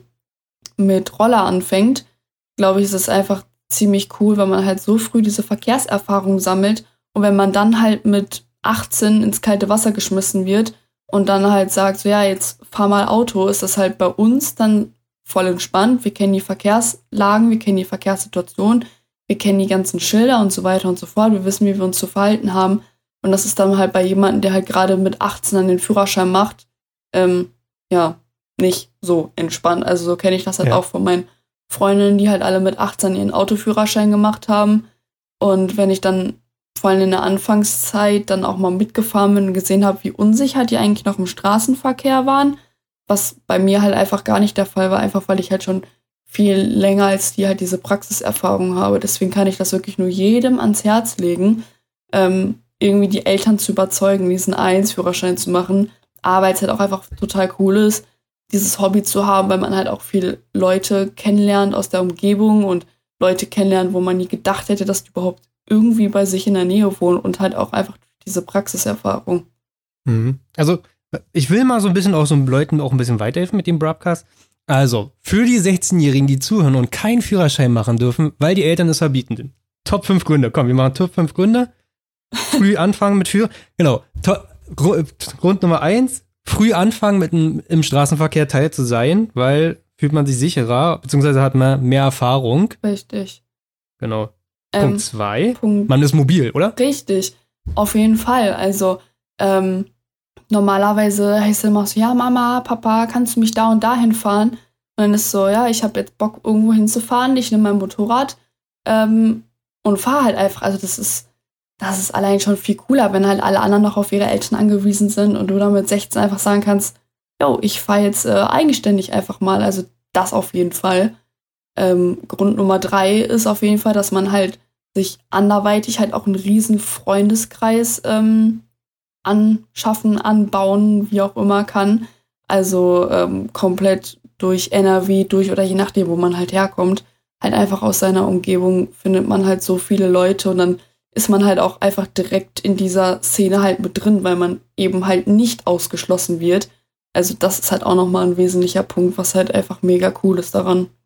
mit Roller anfängt, glaube ich, ist es einfach ziemlich cool, weil man halt so früh diese Verkehrserfahrung sammelt. Und wenn man dann halt mit achtzehn ins kalte Wasser geschmissen wird und dann halt sagt, so ja, jetzt fahr mal Auto, ist das halt bei uns dann voll entspannt. Wir kennen die Verkehrslagen, wir kennen die Verkehrssituation, wir kennen die ganzen Schilder und so weiter und so fort. Wir wissen, wie wir uns zu verhalten haben. Und das ist dann halt bei jemandem, der halt gerade mit achtzehn dann den Führerschein macht, ähm, ja, nicht so entspannt. Also so kenne ich das halt ja. auch von meinen Freundinnen, die halt alle mit achtzehn ihren Autoführerschein gemacht haben. Und wenn ich dann vor allem in der Anfangszeit dann auch mal mitgefahren bin und gesehen habe, wie unsicher die eigentlich noch im Straßenverkehr waren, was bei mir halt einfach gar nicht der Fall war, einfach weil ich halt schon viel länger als die halt diese Praxiserfahrung habe. Deswegen kann ich das wirklich nur jedem ans Herz legen, ähm, irgendwie die Eltern zu überzeugen, diesen A eins Führerschein zu machen. Aber weil es halt auch einfach total cool ist, dieses Hobby zu haben, weil man halt auch viele Leute kennenlernt aus der Umgebung und Leute kennenlernt, wo man nie gedacht hätte, dass die überhaupt irgendwie bei sich in der Nähe wohnen und halt auch einfach diese Praxiserfahrung. Mhm. Also ich will mal so ein bisschen auch so Leuten auch ein bisschen weiterhelfen mit dem Broadcast. Also für die sechzehnjährigen, die zuhören und keinen Führerschein machen dürfen, weil die Eltern es verbieten. Top fünf Gründe. Komm, wir machen Top fünf Gründe. Früh anfangen mit Führerschein. Genau. To- Gr- Grund Nummer eins. Früh anfangen, mit dem, im Straßenverkehr teil zu sein, weil fühlt man sich sicherer, beziehungsweise hat man mehr Erfahrung. Richtig. Genau. Ähm, Punkt zwei. Punkt Man ist mobil, oder? Richtig. Auf jeden Fall. Also, ähm, normalerweise heißt es immer so, ja, Mama, Papa, kannst du mich da und da hinfahren? Und dann ist so, ja, ich habe jetzt Bock, irgendwo hinzufahren, ich nehme mein Motorrad ähm, und fahre halt einfach. Also das ist, das ist allein schon viel cooler, wenn halt alle anderen noch auf ihre Eltern angewiesen sind und du dann mit sechzehn einfach sagen kannst, yo, ich fahre jetzt äh, eigenständig einfach mal. Also das auf jeden Fall. Ähm, Grund Nummer drei ist auf jeden Fall, dass man halt sich anderweitig halt auch einen riesen Freundeskreis ähm, anschaffen, anbauen, wie auch immer kann. Also ähm, komplett durch N R W, durch oder je nachdem, wo man halt herkommt, halt einfach aus seiner Umgebung findet man halt so viele Leute und dann ist man halt auch einfach direkt in dieser Szene halt mit drin, weil man eben halt nicht ausgeschlossen wird. Also das ist halt auch nochmal ein wesentlicher Punkt, was halt einfach mega cool ist daran.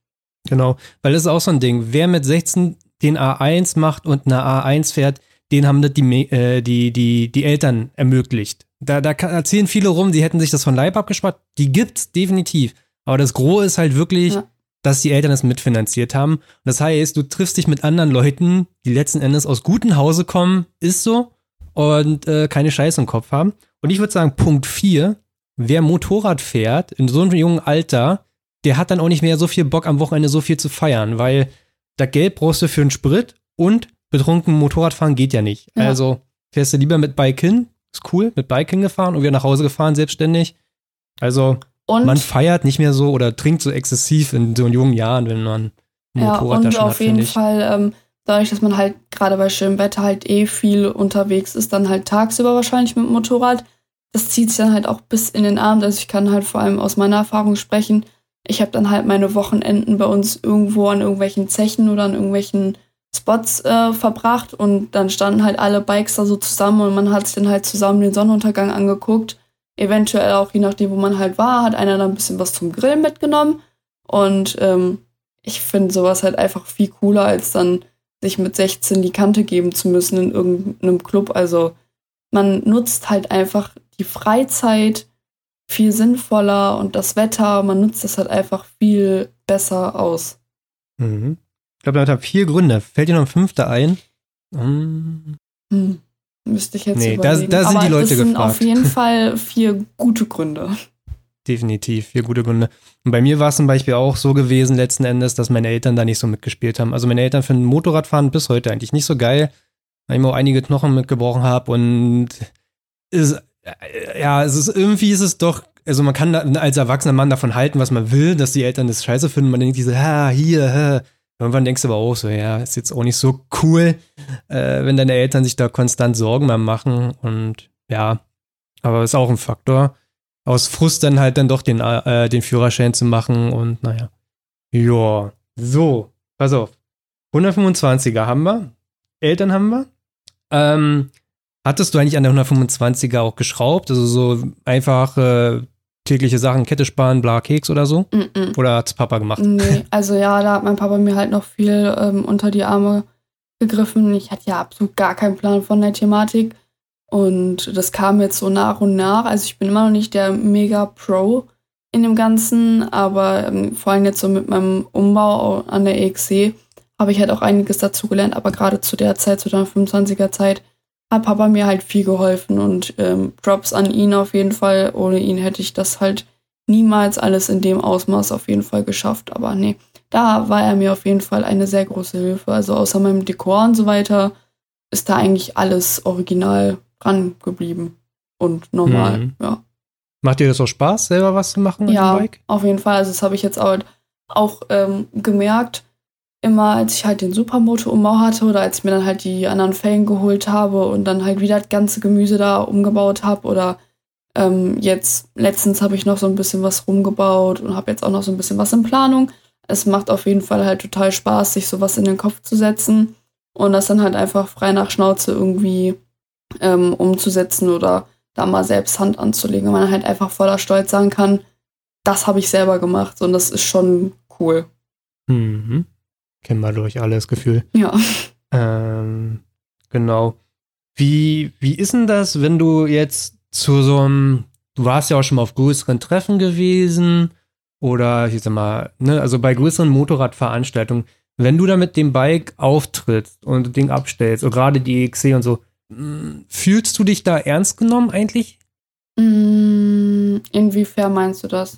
Genau, weil das ist auch so ein Ding. Wer mit sechzehn den A eins macht und eine A eins fährt, den haben das die, äh, die, die, die Eltern ermöglicht. Da, da erzählen viele rum, die hätten sich das von Leib abgespart. Die gibt's definitiv. Aber das Gros ist halt wirklich, ja. dass die Eltern das mitfinanziert haben. Das heißt, du triffst dich mit anderen Leuten, die letzten Endes aus gutem Hause kommen, ist so, und äh, keine Scheiße im Kopf haben. Und ich würde sagen, Punkt vier, wer Motorrad fährt, in so einem jungen Alter, der hat dann auch nicht mehr so viel Bock, am Wochenende so viel zu feiern, weil das Geld brauchst du für einen Sprit und betrunken Motorradfahren geht ja nicht. Ja. Also fährst du lieber mit Bike hin, ist cool, mit Bike hingefahren und wieder nach Hause gefahren, selbstständig. Also und man feiert nicht mehr so oder trinkt so exzessiv in so jungen Jahren, wenn man ein Motorrad ja, da schon und hat, auf jeden Fall, ähm, dadurch, dass man halt gerade bei schönem Wetter halt eh viel unterwegs ist, dann halt tagsüber wahrscheinlich mit dem Motorrad. Das zieht sich dann halt auch bis in den Abend. Also ich kann halt vor allem aus meiner Erfahrung sprechen. Ich habe dann halt meine Wochenenden bei uns irgendwo an irgendwelchen Zechen oder an irgendwelchen Spots äh, verbracht und dann standen halt alle Bikes da so zusammen und man hat sich dann halt zusammen den Sonnenuntergang angeguckt. Eventuell auch, je nachdem, wo man halt war, hat einer dann ein bisschen was zum Grillen mitgenommen. Und ähm, ich finde sowas halt einfach viel cooler, als dann sich mit sechzehn die Kante geben zu müssen in irgendeinem Club. Also man nutzt halt einfach die Freizeit viel sinnvoller und das Wetter, man nutzt das halt einfach viel besser aus. Mhm. Ich glaube, damit haben vier Gründe. Fällt dir noch ein fünfter ein? Hm. Hm. Müsste ich jetzt nee, überlegen. Da, da sind Aber die Leute das sind gefragt. auf jeden Fall vier gute Gründe. Definitiv, vier gute Gründe. Und bei mir war es zum Beispiel auch so gewesen, letzten Endes, dass meine Eltern da nicht so mitgespielt haben. Also meine Eltern finden Motorradfahren bis heute eigentlich nicht so geil, weil ich mir auch einige Knochen mitgebrochen habe und ist, ja, es ist irgendwie ist es doch, also man kann da, als erwachsener Mann davon halten, was man will, dass die Eltern das scheiße finden. Man denkt diese, ha, hier, ha. Irgendwann denkst du aber auch so, ja, ist jetzt auch nicht so cool, äh, wenn deine Eltern sich da konstant Sorgen mehr machen und ja, aber ist auch ein Faktor. Aus Frust dann halt dann doch den, äh, den Führerschein zu machen und naja. Ja, so, pass auf. hundertfünfundzwanziger haben wir, Eltern haben wir. Ähm, hattest du eigentlich an der hundertfünfundzwanziger auch geschraubt? Also so einfach äh, tägliche Sachen, Kette sparen, bla, Keks oder so? Mm-mm. Oder hat's Papa gemacht? Nee, also ja, da hat mein Papa mir halt noch viel ähm, unter die Arme gegriffen. Ich hatte ja absolut gar keinen Plan von der Thematik. Und das kam jetzt so nach und nach. Also ich bin immer noch nicht der Mega-Pro in dem Ganzen, aber ähm, vor allem jetzt so mit meinem Umbau an der E X C habe ich halt auch einiges dazu gelernt. Aber gerade zu der Zeit, zu der fünfundzwanziger Zeit, hat Papa mir halt viel geholfen und ähm, Props an ihn auf jeden Fall. Ohne ihn hätte ich das halt niemals alles in dem Ausmaß auf jeden Fall geschafft. Aber nee, da war er mir auf jeden Fall eine sehr große Hilfe. Also außer meinem Dekor und so weiter ist da eigentlich alles original dran geblieben und normal, mhm. ja. Macht dir das auch Spaß, selber was zu machen mit ja, dem Bike? Auf jeden Fall. Also das habe ich jetzt auch, auch ähm, gemerkt, immer als ich halt den Supermoto-Umbau hatte oder als ich mir dann halt die anderen Felgen geholt habe und dann halt wieder das ganze Gemüse da umgebaut habe oder ähm, jetzt letztens habe ich noch so ein bisschen was rumgebaut und habe jetzt auch noch so ein bisschen was in Planung. Es macht auf jeden Fall halt total Spaß, sich sowas in den Kopf zu setzen und das dann halt einfach frei nach Schnauze irgendwie ähm, umzusetzen oder da mal selbst Hand anzulegen, weil man halt einfach voller Stolz sagen kann, das habe ich selber gemacht und das ist schon cool. Mhm. Kennen wir durch alle das Gefühl. Ja. Ähm, genau. Wie, wie ist denn das, wenn du jetzt zu so einem, du warst ja auch schon mal auf größeren Treffen gewesen oder ich sag mal, ne, also bei größeren Motorradveranstaltungen, wenn du da mit dem Bike auftrittst und das Ding abstellst, und gerade die E X C und so, fühlst du dich da ernst genommen eigentlich? Mm, inwiefern meinst du das?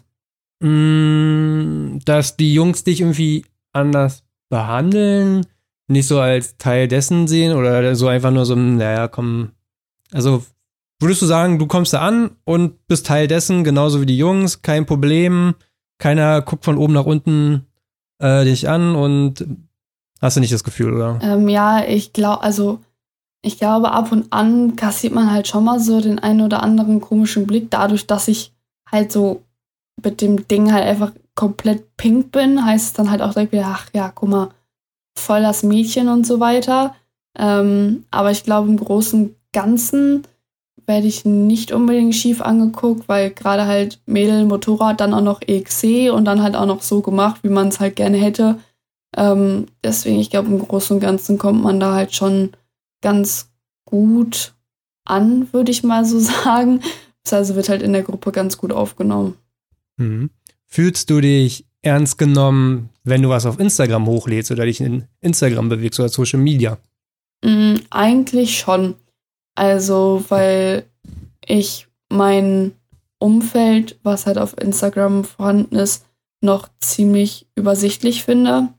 Mm, dass die Jungs dich irgendwie anders behandeln, nicht so als Teil dessen sehen oder so einfach nur so, naja, komm, also würdest du sagen, du kommst da an und bist Teil dessen, genauso wie die Jungs, kein Problem, keiner guckt von oben nach unten äh, dich an und hast du nicht das Gefühl, oder? Ähm, ja, ich glaube, also ich glaube, ab und an kassiert man halt schon mal so den einen oder anderen komischen Blick, dadurch, dass ich halt so mit dem Ding halt einfach komplett pink bin, heißt es dann halt auch direkt wieder, ach ja, guck mal, voll das Mädchen und so weiter. Ähm, aber ich glaube, im Großen und Ganzen werde ich nicht unbedingt schief angeguckt, weil gerade halt Mädel, Motorrad, dann auch noch E X C und dann halt auch noch so gemacht, wie man es halt gerne hätte. Ähm, deswegen, ich glaube, im Großen und Ganzen kommt man da halt schon ganz gut an, würde ich mal so sagen. Also wird halt in der Gruppe ganz gut aufgenommen. Mhm. Fühlst du dich ernst genommen, wenn du was auf Instagram hochlädst oder dich in Instagram bewegst oder Social Media? Mm, eigentlich schon. Also, weil ich mein Umfeld, was halt auf Instagram vorhanden ist, noch ziemlich übersichtlich finde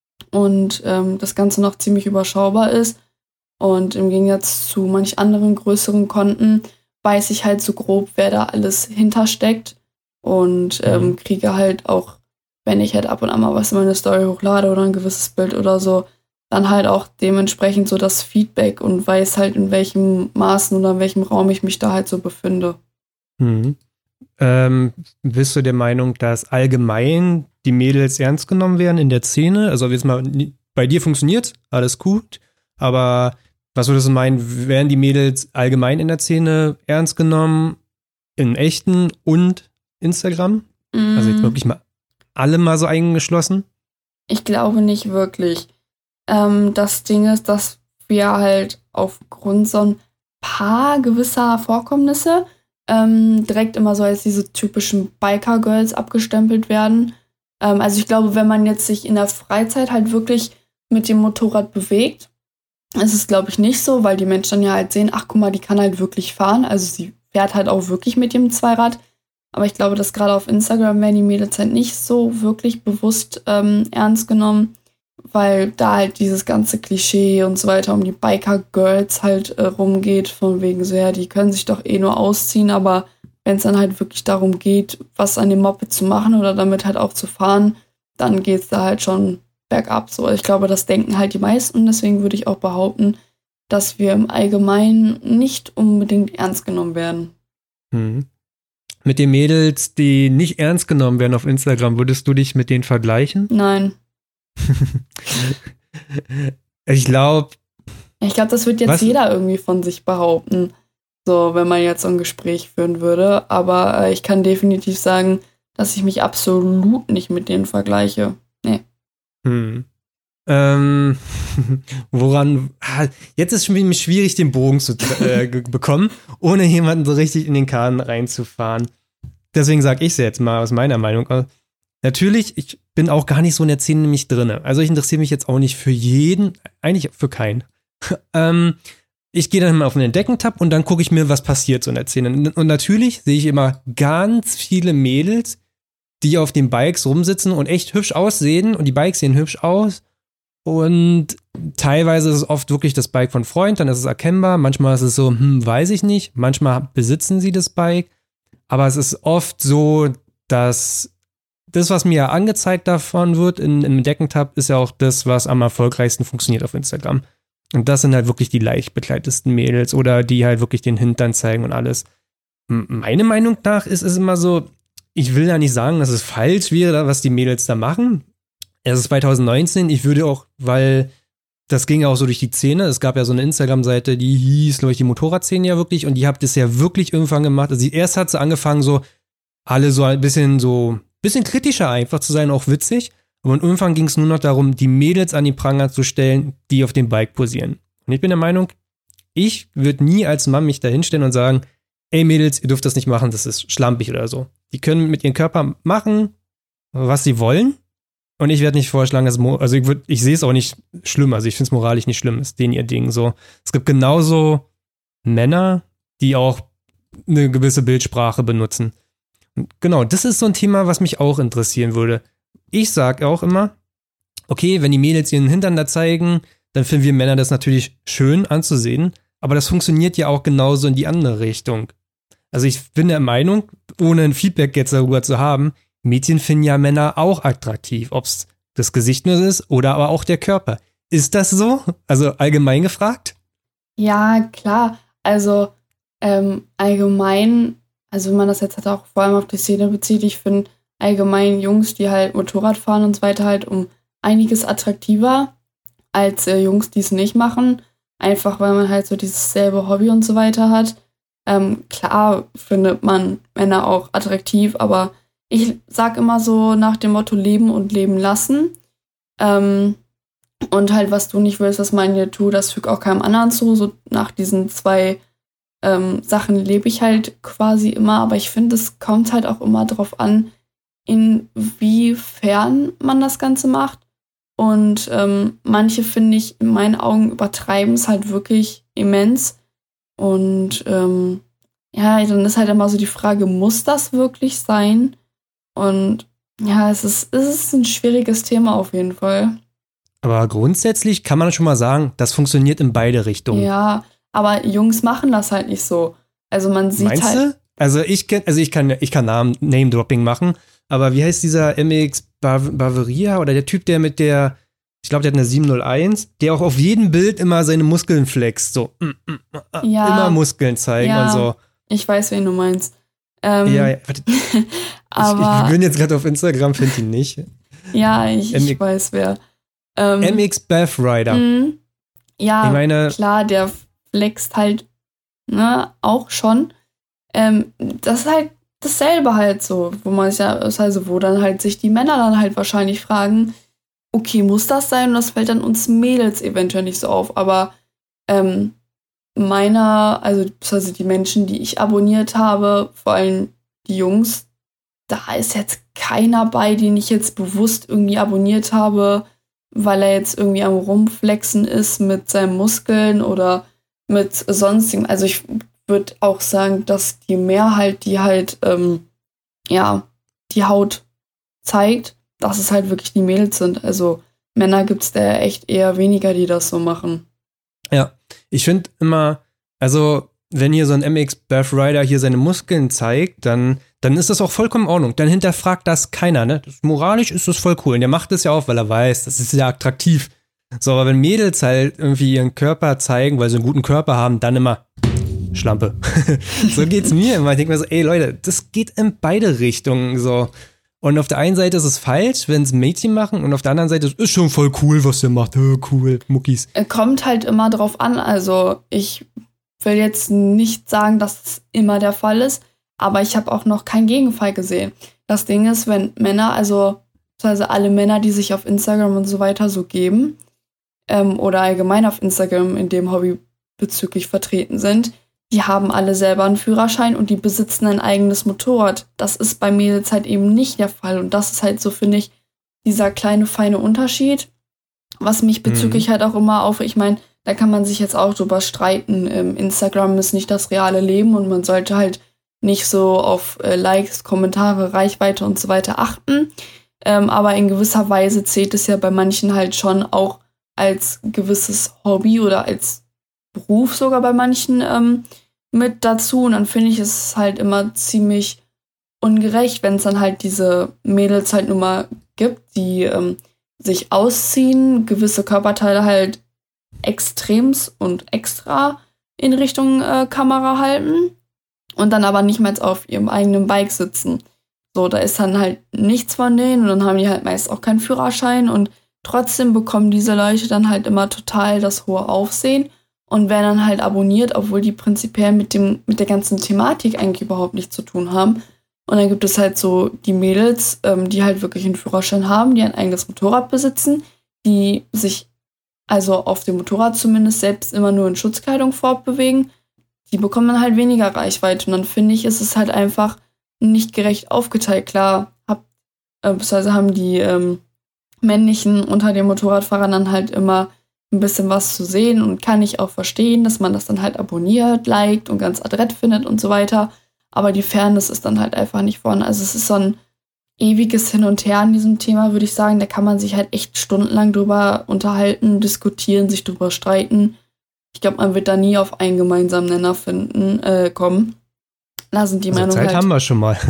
und ähm, das Ganze noch ziemlich überschaubar ist. Und im Gegensatz zu manch anderen größeren Konten weiß ich halt so grob, wer da alles hintersteckt und ähm, Mhm. kriege halt auch, wenn ich halt ab und an mal was in meine Story hochlade oder ein gewisses Bild oder so, dann halt auch dementsprechend so das Feedback und weiß halt, in welchem Maßen oder in welchem Raum ich mich da halt so befinde. Mhm. Ähm, bist du der Meinung, dass allgemein die Mädels ernst genommen werden in der Szene? Also jetzt mal, bei dir funktioniert, alles gut, aber was würdest du meinen, werden die Mädels allgemein in der Szene ernst genommen, in echten und Instagram? Mm, Also jetzt wirklich mal alle mal so eingeschlossen? Ich glaube nicht wirklich. Ähm, das Ding ist, dass wir halt aufgrund so ein paar gewisser Vorkommnisse ähm, direkt immer so als diese typischen Biker-Girls abgestempelt werden. Ähm, also ich glaube, wenn man jetzt sich in der Freizeit halt wirklich mit dem Motorrad bewegt, ist es, glaube ich, nicht so, weil die Menschen dann ja halt sehen, ach guck mal, die kann halt wirklich fahren. Also sie fährt halt auch wirklich mit dem Zweirad. Aber ich glaube, dass gerade auf Instagram werden die Mädels halt nicht so wirklich bewusst ähm, ernst genommen, weil da halt dieses ganze Klischee und so weiter um die Biker-Girls halt äh, rumgeht, von wegen so, ja, die können sich doch eh nur ausziehen, aber wenn es dann halt wirklich darum geht, was an dem Moped zu machen oder damit halt auch zu fahren, dann geht es da halt schon bergab so. Ich glaube, das denken halt die meisten, deswegen würde ich auch behaupten, dass wir im Allgemeinen nicht unbedingt ernst genommen werden. Mhm. Mit den Mädels, die nicht ernst genommen werden auf Instagram, würdest du dich mit denen vergleichen? Nein. Ich glaube, Ich glaube, das wird jetzt Was? jeder irgendwie von sich behaupten, so wenn man jetzt so ein Gespräch führen würde. Aber äh, ich kann definitiv sagen, dass ich mich absolut nicht mit denen vergleiche. Nee. hm. Ähm, woran, ah, jetzt ist es für mich schwierig, den Bogen zu äh, ge- bekommen, ohne jemanden so richtig in den Kahn reinzufahren. Deswegen sage ich es jetzt mal aus meiner Meinung aus. Natürlich, ich bin auch gar nicht so in der Szene nämlich drinne. Also ich interessiere mich jetzt auch nicht für jeden, eigentlich für keinen. ähm, ich gehe dann mal auf den Entdecken-Tab und dann gucke ich mir, was passiert so in der Szene. Und natürlich sehe ich immer ganz viele Mädels, die auf den Bikes rumsitzen und echt hübsch aussehen und die Bikes sehen hübsch aus. Und teilweise ist es oft wirklich das Bike von Freund, dann ist es erkennbar. Manchmal ist es so, hm, weiß ich nicht. Manchmal besitzen sie das Bike. Aber es ist oft so, dass das, was mir angezeigt davon wird in, im Deckentab, ist ja auch das, was am erfolgreichsten funktioniert auf Instagram. Und das sind halt wirklich die leicht bekleidetsten Mädels oder die halt wirklich den Hintern zeigen und alles. M- Meine Meinung nach ist es immer so, ich will ja nicht sagen, dass es falsch wäre, was die Mädels da machen. Es ist zwanzig neunzehn, ich würde auch, weil das ging ja auch so durch die Szene, es gab ja so eine Instagram-Seite, die hieß, glaube ich, die Motorradszene ja wirklich und die hat das ja wirklich irgendwann gemacht. Also erst hat sie angefangen, so alle so ein bisschen so, bisschen kritischer einfach zu sein, auch witzig. Und irgendwann ging es nur noch darum, die Mädels an die Pranger zu stellen, die auf dem Bike posieren. Und ich bin der Meinung, ich würde nie als Mann mich da hinstellen und sagen, ey Mädels, ihr dürft das nicht machen, das ist schlampig oder so. Die können mit ihrem Körper machen, was sie wollen. Und ich werde nicht vorschlagen, dass, also ich, würd, ich sehe es auch nicht schlimm, also ich finde es moralisch nicht schlimm, ist denen ihr Ding so. Es gibt genauso Männer, die auch eine gewisse Bildsprache benutzen. Und genau, das ist so ein Thema, was mich auch interessieren würde. Ich sage auch immer, okay, wenn die Mädels ihren Hintern da zeigen, dann finden wir Männer das natürlich schön anzusehen, aber das funktioniert ja auch genauso in die andere Richtung. Also ich bin der Meinung, ohne ein Feedback jetzt darüber zu haben, Mädchen finden ja Männer auch attraktiv, ob es das Gesicht nur ist oder aber auch der Körper. Ist das so? Also allgemein gefragt? Ja, klar. Also ähm, allgemein, also wenn man das jetzt halt auch vor allem auf die Szene bezieht, ich finde allgemein Jungs, die halt Motorrad fahren und so weiter, halt um einiges attraktiver als äh, Jungs, die es nicht machen. Einfach weil man halt so dieses selbe Hobby und so weiter hat. Ähm, klar findet man Männer auch attraktiv, aber ich sag immer so nach dem Motto leben und leben lassen. Ähm, und halt, was du nicht willst, was man dir tut, das fügt auch keinem anderen zu. So nach diesen zwei ähm, Sachen lebe ich halt quasi immer. Aber ich finde, es kommt halt auch immer drauf an, inwiefern man das Ganze macht. Und ähm, manche, finde ich, in meinen Augen übertreiben es halt wirklich immens. Und ähm, ja, dann ist halt immer so die Frage, muss das wirklich sein? Und ja, es ist, es ist ein schwieriges Thema auf jeden Fall. Aber grundsätzlich kann man schon mal sagen, das funktioniert in beide Richtungen. Ja, aber Jungs machen das halt nicht so. Also man sieht Meinst halt. du? Also ich kenn, also ich kann, ich kann Namen, Name-Dropping machen, aber wie heißt dieser M X Bav- Bavaria oder der Typ, der mit der, ich glaube, der hat eine sieben null eins, der auch auf jedem Bild immer seine Muskeln flext, so mm, mm, mm, Ja. immer Muskeln zeigen Ja. und so. Ich weiß, wen du meinst. Ähm, Ja, ja, warte, ich, aber ich bin jetzt gerade auf Instagram, finde ihn nicht. ja, ich, M- ich weiß wer. Ähm, M X Bath Rider. mh, ja, Ich meine, klar, der flext halt, ne, auch schon. Ähm, das ist halt dasselbe halt so, wo man sich ja, also wo dann halt sich die Männer dann halt wahrscheinlich fragen, okay, muss das sein? Und das fällt dann uns Mädels eventuell nicht so auf. Aber ähm, meiner, also, also die Menschen, die ich abonniert habe, vor allem die Jungs, da ist jetzt keiner bei, den ich jetzt bewusst irgendwie abonniert habe, weil er jetzt irgendwie am Rumflexen ist mit seinen Muskeln oder mit sonstigem. Also ich würde auch sagen, dass die Mehrheit, die halt, ähm, ja, die Haut zeigt, dass es halt wirklich die Mädels sind. Also Männer gibt es da echt eher weniger, die das so machen. ja, ich finde immer, also wenn hier so ein M X Bath Rider hier seine Muskeln zeigt, dann, dann ist das auch vollkommen in Ordnung. Dann hinterfragt das keiner, ne? Das, moralisch ist das voll cool. Und der macht das ja auch, weil er weiß, das ist ja attraktiv. So, aber wenn Mädels halt irgendwie ihren Körper zeigen, weil sie einen guten Körper haben, dann immer Schlampe. So geht's mir immer. Ich denke mir so, ey Leute, das geht in beide Richtungen so. Und auf der einen Seite ist es falsch, wenn es Mädchen machen, und auf der anderen Seite ist es schon voll cool, was der macht. Äh, cool, Muckis. Kommt halt immer drauf an. Also ich will jetzt nicht sagen, dass es immer der Fall ist, aber ich habe auch noch keinen Gegenfall gesehen. Das Ding ist, wenn Männer, also, also alle Männer, die sich auf Instagram und so weiter so geben, ähm, oder allgemein auf Instagram in dem Hobby bezüglich vertreten sind, die haben alle selber einen Führerschein und die besitzen ein eigenes Motorrad. Das ist bei Mädels halt eben nicht der Fall. Und das ist halt so, finde ich, dieser kleine, feine Unterschied, was mich bezüglich mhm. halt auch immer auf, ich meine, da kann man sich jetzt auch drüber streiten. Ähm, Instagram ist nicht das reale Leben und man sollte halt nicht so auf äh, Likes, Kommentare, Reichweite und so weiter achten. Ähm, aber in gewisser Weise zählt es ja bei manchen halt schon auch als gewisses Hobby oder als Beruf sogar bei manchen ähm, mit dazu. Und dann finde ich es halt immer ziemlich ungerecht, wenn es dann halt diese Mädels halt nun mal gibt, die ähm, sich ausziehen, gewisse Körperteile halt extremst und extra in Richtung äh, Kamera halten und dann aber nicht mehr auf ihrem eigenen Bike sitzen. So, da ist dann halt nichts von denen und dann haben die halt meist auch keinen Führerschein und trotzdem bekommen diese Leute dann halt immer total das hohe Aufsehen und werden dann halt abonniert, obwohl die prinzipiell mit dem, mit der ganzen Thematik eigentlich überhaupt nichts zu tun haben. Und dann gibt es halt so die Mädels, ähm, die halt wirklich einen Führerschein haben, die ein eigenes Motorrad besitzen, die sich also auf dem Motorrad zumindest selbst immer nur in Schutzkleidung fortbewegen, die bekommen dann halt weniger Reichweite. Und dann finde ich, ist es halt einfach nicht gerecht aufgeteilt. Klar, hab, äh, beziehungsweise haben die ähm, männlichen unter den Motorradfahrern dann halt immer ein bisschen was zu sehen und kann ich auch verstehen, dass man das dann halt abonniert, liked und ganz adrett findet und so weiter. Aber die Fairness ist dann halt einfach nicht vorhanden. Also es ist so ein ewiges Hin und Her an diesem Thema, würde ich sagen. Da kann man sich halt echt stundenlang drüber unterhalten, diskutieren, sich drüber streiten. Ich glaube, man wird da nie auf einen gemeinsamen Nenner finden, äh, kommen. Da sind die also Meinungen Zeit halt... haben wir schon mal.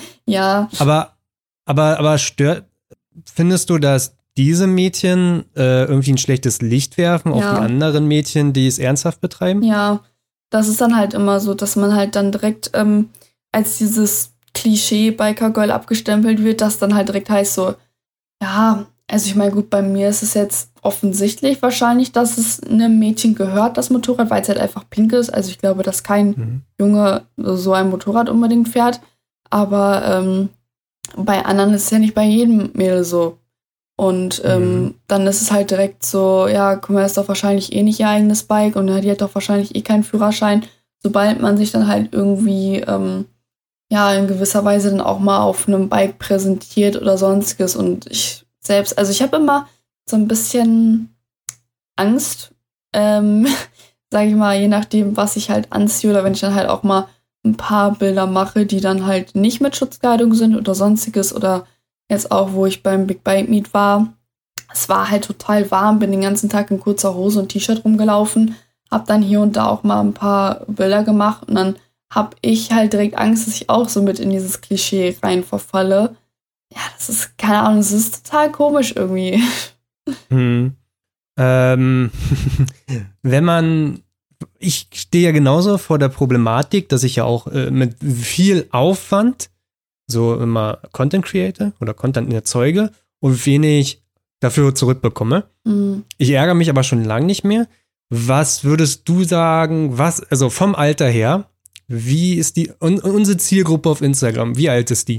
Ja. Aber, aber, aber stört, findest du, dass diese Mädchen äh, irgendwie ein schlechtes Licht werfen auf Ja. die anderen Mädchen, die es ernsthaft betreiben? Ja, das ist dann halt immer so, dass man halt dann direkt ähm, als dieses Klischee Biker Girl abgestempelt wird, das dann halt direkt heißt so, ja, Also ich meine, gut, bei mir ist es jetzt offensichtlich wahrscheinlich, dass es einem Mädchen gehört, das Motorrad, weil es halt einfach pink ist. Also ich glaube, dass kein mhm. Junge so ein Motorrad unbedingt fährt. Aber ähm, bei anderen ist es ja nicht bei jedem Mädel so. Und ähm, mhm. dann ist es halt direkt so, ja, guck mal, das ist doch wahrscheinlich eh nicht ihr eigenes Bike und die hat doch wahrscheinlich eh keinen Führerschein. Sobald man sich dann halt irgendwie, ähm, ja, in gewisser Weise dann auch mal auf einem Bike präsentiert oder sonstiges. Und ich selbst, also ich habe immer so ein bisschen Angst, ähm, sage ich mal, je nachdem, was ich halt anziehe oder wenn ich dann halt auch mal ein paar Bilder mache, die dann halt nicht mit Schutzkleidung sind oder sonstiges oder jetzt auch, wo ich beim Big Bike Meet war. Es war halt total warm, bin den ganzen Tag in kurzer Hose und T-Shirt rumgelaufen, hab dann hier und da auch mal ein paar Bilder gemacht und dann hab ich halt direkt Angst, dass ich auch so mit in dieses Klischee rein verfalle. Ja, das ist, keine Ahnung, das ist total komisch irgendwie. Hm. Ähm, wenn man, ich stehe ja genauso vor der Problematik, dass ich ja auch äh, mit viel Aufwand so immer Content create oder Content erzeuge und wenig dafür zurückbekomme. Mhm. Ich ärgere mich aber schon lange nicht mehr. Was würdest du sagen, was, also vom Alter her, wie ist die, un, unsere Zielgruppe auf Instagram, wie alt ist die?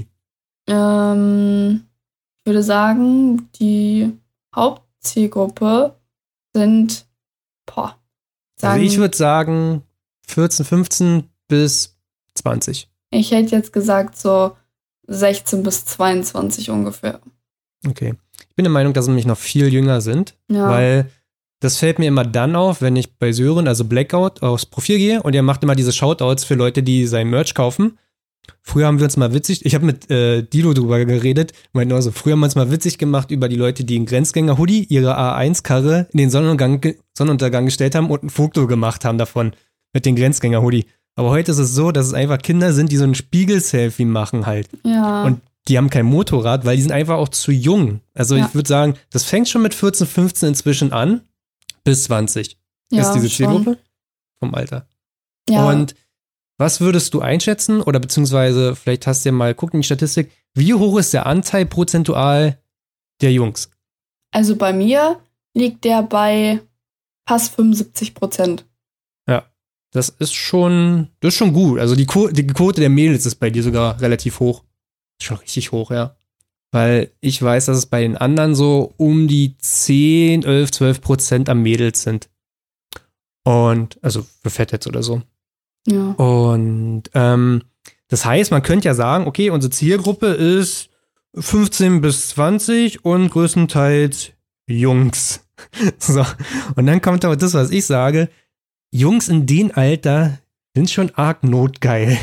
Ähm, ich würde sagen, die Hauptzielgruppe sind, boah, sagen, also ich würde sagen vierzehn, fünfzehn bis zwanzig. Ich hätte jetzt gesagt so sechzehn bis zweiundzwanzig ungefähr. Okay. Ich bin der Meinung, dass sie nämlich noch viel jünger sind, ja. Weil das fällt mir immer dann auf, wenn ich bei Sören, also Blackout, aufs Profil gehe und er macht immer diese Shoutouts für Leute, die sein Merch kaufen. Früher haben wir uns mal witzig, ich habe mit äh, Dilo drüber geredet, meinte also, früher haben wir uns mal witzig gemacht über die Leute, die einen Grenzgänger-Hoodie, ihre A eins Karre in den Sonnenuntergang, Sonnenuntergang gestellt haben und ein Foto gemacht haben davon mit dem Grenzgänger-Hoodie. Aber heute ist es so, dass es einfach Kinder sind, die so ein Spiegel-Selfie machen halt. Ja. Und die haben kein Motorrad, weil die sind einfach auch zu jung. Also ja. Ich würde sagen, das fängt schon mit vierzehn, fünfzehn inzwischen an, bis zwanzig. Ja, ist diese Zielgruppe vom Alter. Ja. Und was würdest du einschätzen oder beziehungsweise vielleicht hast du ja mal gucken in die Statistik, wie hoch ist der Anteil prozentual der Jungs? Also bei mir liegt der bei fast fünfundsiebzig Prozent. Ja, das ist schon, das ist schon gut. Also die, Qu- die Quote der Mädels ist bei dir sogar relativ hoch. Schon richtig hoch, ja. Weil ich weiß, dass es bei den anderen so um die zehn, elf, zwölf Prozent am Mädels sind. Und, also für Fatheads oder so. Ja. Und ähm, das heißt, man könnte ja sagen, okay, unsere Zielgruppe ist fünfzehn bis zwanzig und größtenteils Jungs. So. Und dann kommt aber das, was ich sage. Jungs in dem Alter sind schon arg notgeil.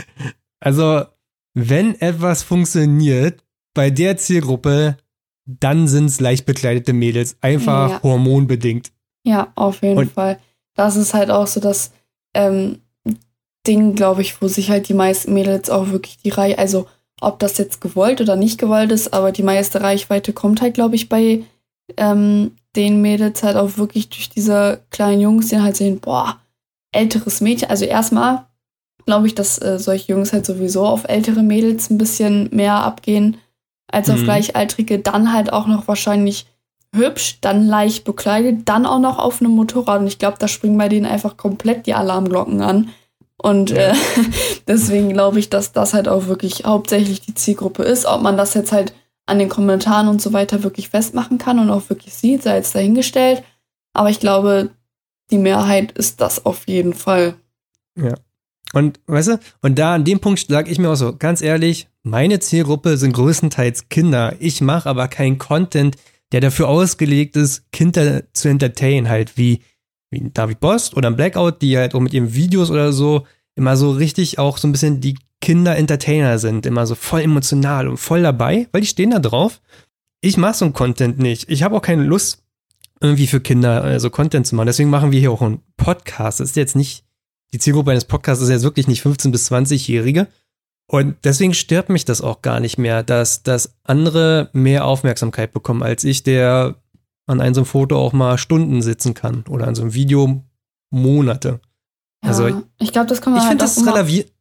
Also, wenn etwas funktioniert bei der Zielgruppe, dann sind es leicht bekleidete Mädels. Einfach ja. hormonbedingt. Ja, auf jeden und, Fall. Das ist halt auch so das ähm, Ding, glaube ich, wo sich halt die meisten Mädels auch wirklich die Reihe, also ob das jetzt gewollt oder nicht gewollt ist, aber die meiste Reichweite kommt halt, glaube ich, bei ähm, den Mädels halt auch wirklich durch diese kleinen Jungs, die halt sehen, boah, älteres Mädchen. Also erstmal glaube ich, dass äh, solche Jungs halt sowieso auf ältere Mädels ein bisschen mehr abgehen als auf mhm. Gleichaltrige. Dann halt auch noch wahrscheinlich hübsch, dann leicht bekleidet, dann auch noch auf einem Motorrad. Und ich glaube, da springen bei denen einfach komplett die Alarmglocken an. Und ja. äh, deswegen glaube ich, dass das halt auch wirklich hauptsächlich die Zielgruppe ist. Ob man das jetzt halt an den Kommentaren und so weiter wirklich festmachen kann und auch wirklich sieht, sei jetzt dahingestellt. Aber ich glaube, die Mehrheit ist das auf jeden Fall. Ja. Und, weißt du, und da an dem Punkt sage ich mir auch so, ganz ehrlich, meine Zielgruppe sind größtenteils Kinder. Ich mache aber keinen Content, der dafür ausgelegt ist, Kinder zu entertainen, halt wie, wie David Bost oder ein Blackout, die halt auch mit ihren Videos oder so immer so richtig auch so ein bisschen die Kinder-Entertainer sind, immer so voll emotional und voll dabei, weil die stehen da drauf. Ich mache so einen Content nicht. Ich habe auch keine Lust, irgendwie für Kinder äh, so Content zu machen. Deswegen machen wir hier auch einen Podcast. Das ist jetzt nicht, die Zielgruppe eines Podcasts ist jetzt wirklich nicht fünfzehn- bis zwanzig-Jährige. Und deswegen stört mich das auch gar nicht mehr, dass, dass andere mehr Aufmerksamkeit bekommen als ich, der an einem so einem Foto auch mal Stunden sitzen kann oder an so einem Video Monate. Ja, also ich, ich glaube, das kann man ich halt finde, das ist relativ, ich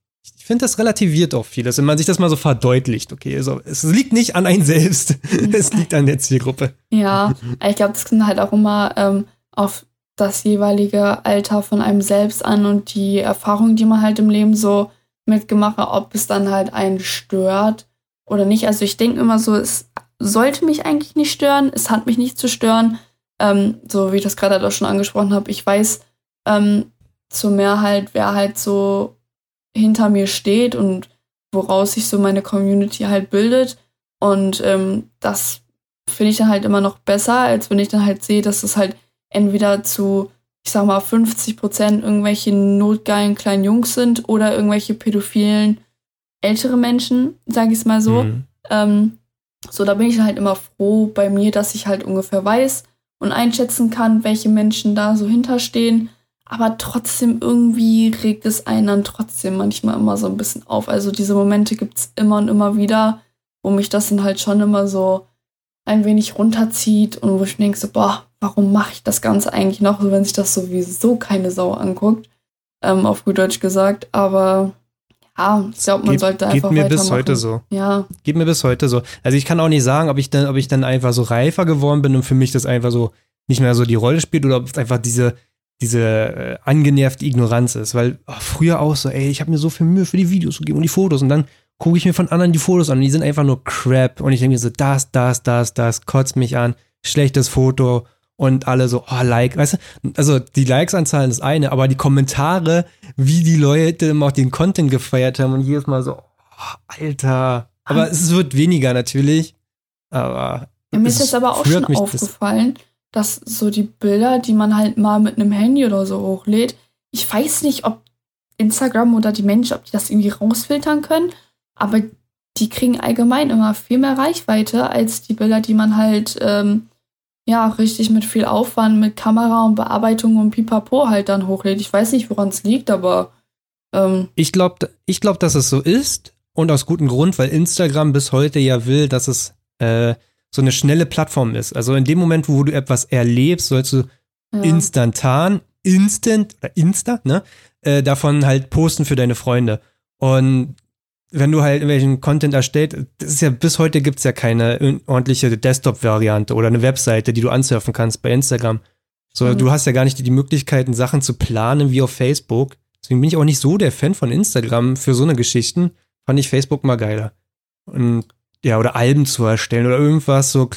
Ich finde, das relativiert auch vieles, wenn man sich das mal so verdeutlicht. Okay, also es liegt nicht an einem selbst, es liegt an der Zielgruppe. Ja, ich glaube, das kommt halt auch immer ähm, auf das jeweilige Alter von einem selbst an und die Erfahrung, die man halt im Leben so mitgemacht hat, ob es dann halt einen stört oder nicht. Also ich denke immer so, es sollte mich eigentlich nicht stören, es hat mich nicht zu stören. Ähm, so wie ich das gerade halt auch schon angesprochen habe, ich weiß ähm, zur Mehrheit, wer halt so hinter mir steht und woraus sich so meine Community halt bildet. Und ähm, das finde ich dann halt immer noch besser, als wenn ich dann halt sehe, dass es halt entweder zu, ich sag mal, fünfzig Prozent irgendwelche notgeilen kleinen Jungs sind oder irgendwelche pädophilen ältere Menschen, sag ich es mal so. Mhm. Ähm, so, da bin ich dann halt immer froh bei mir, dass ich halt ungefähr weiß und einschätzen kann, welche Menschen da so hinterstehen. Aber trotzdem irgendwie regt es einen dann trotzdem manchmal immer so ein bisschen auf. Also diese Momente gibt es immer und immer wieder, wo mich das dann halt schon immer so ein wenig runterzieht und wo ich denke so, boah, warum mache ich das Ganze eigentlich noch, so wenn sich das sowieso keine Sau anguckt, ähm, auf gut Deutsch gesagt. Aber ja, ich glaube, man geht, sollte einfach weitermachen. Geht mir bis heute so. Ja. Geht mir bis heute so. Also ich kann auch nicht sagen, ob ich dann, ob ich dann einfach so reifer geworden bin und für mich das einfach so nicht mehr so die Rolle spielt oder ob es einfach diese diese äh, angenervte Ignoranz ist, weil oh, früher auch so, ey, ich habe mir so viel Mühe für die Videos gegeben und die Fotos und dann gucke ich mir von anderen die Fotos an und die sind einfach nur Crap und ich denke mir so, das, das, das, das, kotzt mich an, schlechtes Foto und alle so, oh, Like, weißt du, also die Likes-Anzahlen ist eine, aber die Kommentare, wie die Leute immer auch den Content gefeiert haben und jedes Mal so, oh, Alter, aber es wird weniger natürlich, aber ja, mir ist jetzt aber auch schon aufgefallen, dass so die Bilder, die man halt mal mit einem Handy oder so hochlädt, ich weiß nicht, ob Instagram oder die Menschen, ob die das irgendwie rausfiltern können, aber die kriegen allgemein immer viel mehr Reichweite als die Bilder, die man halt, ähm, ja, richtig mit viel Aufwand, mit Kamera und Bearbeitung und Pipapo halt dann hochlädt. Ich weiß nicht, woran es liegt, aber ähm, ich glaube, ich glaub, dass es so ist und aus gutem Grund, weil Instagram bis heute ja will, dass es äh, so eine schnelle Plattform ist. Also in dem Moment, wo du etwas erlebst, sollst du ja. instantan, instant oder insta, ne, äh, davon halt posten für deine Freunde. Und wenn du halt irgendwelchen Content erstellst, das ist ja, bis heute gibt es ja keine ordentliche Desktop-Variante oder eine Webseite, die du ansurfen kannst bei Instagram. So, mhm. Du hast ja gar nicht die, die Möglichkeiten, Sachen zu planen wie auf Facebook. Deswegen bin ich auch nicht so der Fan von Instagram für so eine Geschichten. Fand ich Facebook mal geiler. Und ja, oder Alben zu erstellen oder irgendwas so,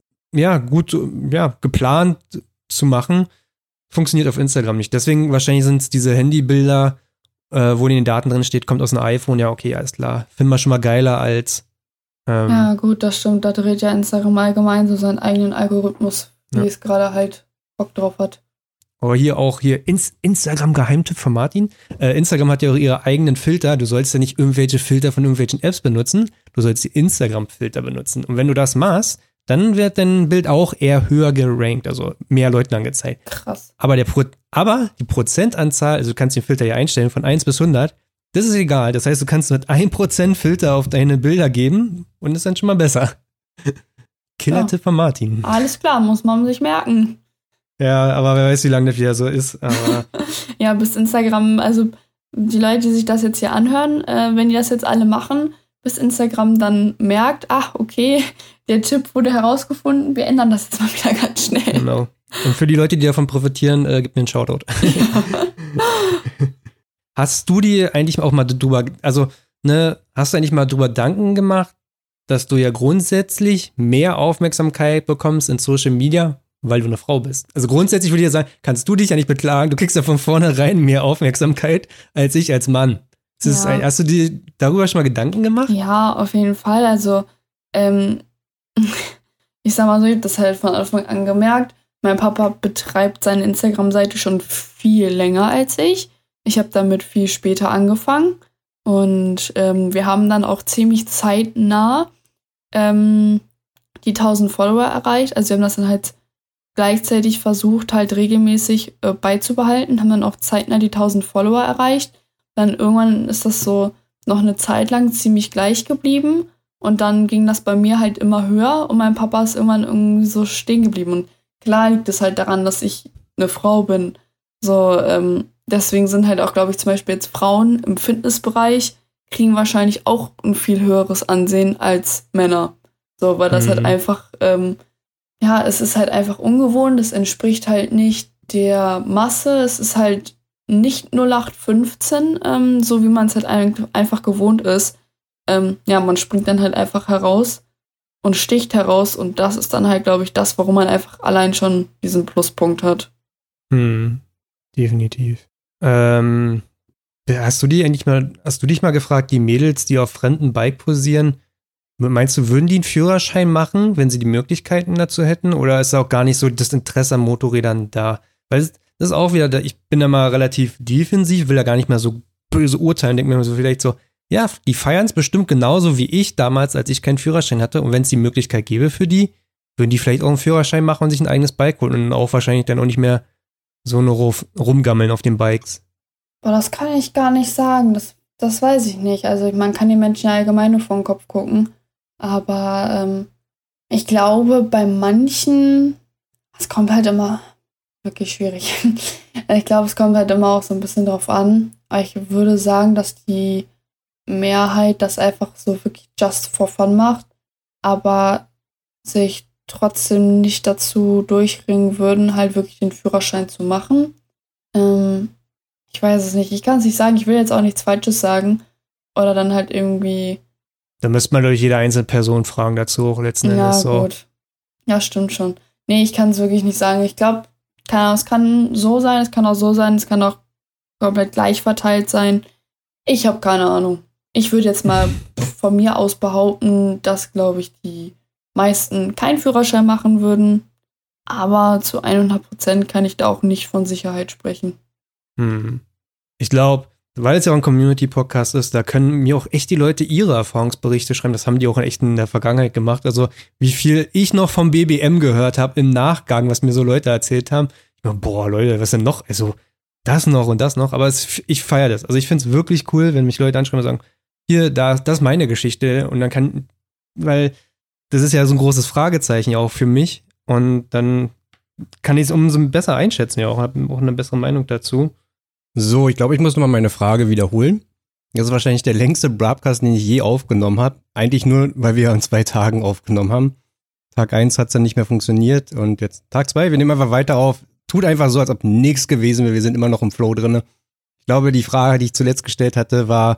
ja, gut, ja, geplant zu machen, funktioniert auf Instagram nicht. Deswegen wahrscheinlich sind es diese Handybilder, äh, wo in den Daten drin steht, kommt aus einem iPhone, ja, okay, alles klar. Finden wir schon mal geiler als ähm, ja, gut, das stimmt. Da dreht ja Instagram allgemein so seinen eigenen Algorithmus, wie ja. es gerade halt Bock drauf hat. Aber hier auch hier Ins- Instagram-Geheimtipp von Martin. Äh, Instagram hat ja auch ihre eigenen Filter. Du sollst ja nicht irgendwelche Filter von irgendwelchen Apps benutzen. Du sollst die Instagram-Filter benutzen. Und wenn du das machst, dann wird dein Bild auch eher höher gerankt, also mehr Leuten angezeigt. Krass. Aber, der Pro- aber die Prozentanzahl, also du kannst den Filter ja einstellen von eins bis hundert, das ist egal. Das heißt, du kannst mit ein Prozent Filter auf deine Bilder geben und ist dann schon mal besser. Killer-Tipp ja. von Martin. Alles klar, muss man sich merken. Ja, aber wer weiß, wie lange das wieder so ist. Aber ja, bis Instagram, also die Leute, die sich das jetzt hier anhören, äh, wenn die das jetzt alle machen, bis Instagram dann merkt, ach, okay, der Tipp wurde herausgefunden, wir ändern das jetzt mal wieder ganz schnell. Genau. Und für die Leute, die davon profitieren, äh, gib mir einen Shoutout. Hast du dir eigentlich auch mal drüber, also, ne, hast du eigentlich mal drüber Gedanken gemacht, dass du ja grundsätzlich mehr Aufmerksamkeit bekommst in Social Media, weil du eine Frau bist? Also grundsätzlich würde ich ja sagen, kannst du dich ja nicht beklagen, du kriegst ja von vornherein mehr Aufmerksamkeit als ich als Mann. Das ja. ist, hast du dir darüber schon mal Gedanken gemacht? Ja, auf jeden Fall. Also, ähm, ich sag mal so, ich hab das halt von Anfang an gemerkt. Mein Papa betreibt seine Instagram-Seite schon viel länger als ich. Ich habe damit viel später angefangen. Und ähm, wir haben dann auch ziemlich zeitnah ähm, die tausend Follower erreicht. Also wir haben das dann halt gleichzeitig versucht, halt regelmäßig äh, beizubehalten, haben dann auch zeitnah die tausend Follower erreicht. Dann irgendwann ist das so noch eine Zeit lang ziemlich gleich geblieben und dann ging das bei mir halt immer höher und mein Papa ist irgendwann irgendwie so stehen geblieben. Und klar liegt es halt daran, dass ich eine Frau bin. So, ähm, deswegen sind halt auch, glaube ich, zum Beispiel jetzt Frauen im Fitnessbereich kriegen wahrscheinlich auch ein viel höheres Ansehen als Männer. So, weil das Mhm. halt einfach, ähm, ja, es ist halt einfach ungewohnt, es entspricht halt nicht der Masse, es ist halt nicht null acht fünfzehn, ähm, so wie man es halt ein, einfach gewohnt ist. Ähm, ja, man springt dann halt einfach heraus und sticht heraus und das ist dann halt, glaube ich, das, warum man einfach allein schon diesen Pluspunkt hat. Hm, definitiv. Ähm, hast du die eigentlich mal, hast du dich mal gefragt, die Mädels, die auf fremden Bike posieren, meinst du, würden die einen Führerschein machen, wenn sie die Möglichkeiten dazu hätten? Oder ist auch gar nicht so das Interesse an Motorrädern da? Weil das ist auch wieder, da- ich bin da mal relativ defensiv, will da gar nicht mehr so böse urteilen, denke mir so vielleicht so, ja, die feiern es bestimmt genauso wie ich damals, als ich keinen Führerschein hatte. Und wenn es die Möglichkeit gäbe für die, würden die vielleicht auch einen Führerschein machen und sich ein eigenes Bike holen und auch wahrscheinlich dann auch nicht mehr so nur ruf- rumgammeln auf den Bikes. Aber das kann ich gar nicht sagen, das, das weiß ich nicht. Also man kann den Menschen ja allgemein nur vor den Kopf gucken. Aber ähm, ich glaube, bei manchen, es kommt halt immer, wirklich schwierig. Ich glaube, es kommt halt immer auch so ein bisschen drauf an. Aber ich würde sagen, dass die Mehrheit das einfach so wirklich just for fun macht, aber sich trotzdem nicht dazu durchringen würden, halt wirklich den Führerschein zu machen. Ähm, ich weiß es nicht. Ich kann es nicht sagen. Ich will jetzt auch nichts Falsches sagen. Oder dann halt irgendwie. Da müsste man durch jede einzelne Person fragen dazu auch letzten Ja, Endes so. gut. Ja, stimmt schon. Nee, ich kann es wirklich nicht sagen. Ich glaube, keine Ahnung, es kann so sein, es kann auch so sein, es kann auch komplett gleich verteilt sein. Ich habe keine Ahnung. Ich würde jetzt mal von mir aus behaupten, dass, glaube ich, die meisten keinen Führerschein machen würden. Aber zu hundert Prozent kann ich da auch nicht von Sicherheit sprechen. Hm. Ich glaube, weil es ja auch ein Community-Podcast ist, da können mir auch echt die Leute ihre Erfahrungsberichte schreiben. Das haben die auch echt in der Vergangenheit gemacht. Also wie viel ich noch vom B B M gehört habe im Nachgang, was mir so Leute erzählt haben. Ich meine, boah, Leute, was denn noch? Also das noch und das noch. Aber es, ich feiere das. Also ich finde es wirklich cool, wenn mich Leute anschreiben und sagen, hier, da, das ist meine Geschichte. Und dann kann, weil das ist ja so ein großes Fragezeichen ja auch für mich. Und dann kann ich es umso besser einschätzen ja auch. Habe auch eine bessere Meinung dazu. So, ich glaube, ich muss nochmal meine Frage wiederholen. Das ist wahrscheinlich der längste Broadcast, den ich je aufgenommen habe. Eigentlich nur, weil wir an zwei Tagen aufgenommen haben. Tag eins hat es dann nicht mehr funktioniert und jetzt Tag zwei, wir nehmen einfach weiter auf. Tut einfach so, als ob nichts gewesen wäre. Wir sind immer noch im Flow drin. Ich glaube, die Frage, die ich zuletzt gestellt hatte, war,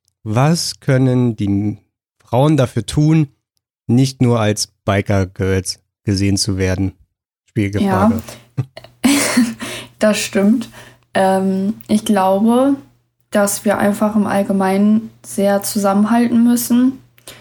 was können die Frauen dafür tun, nicht nur als Biker-Girls gesehen zu werden? Schwierige Frage. Ja, das stimmt. Ähm, ich glaube, dass wir einfach im Allgemeinen sehr zusammenhalten müssen.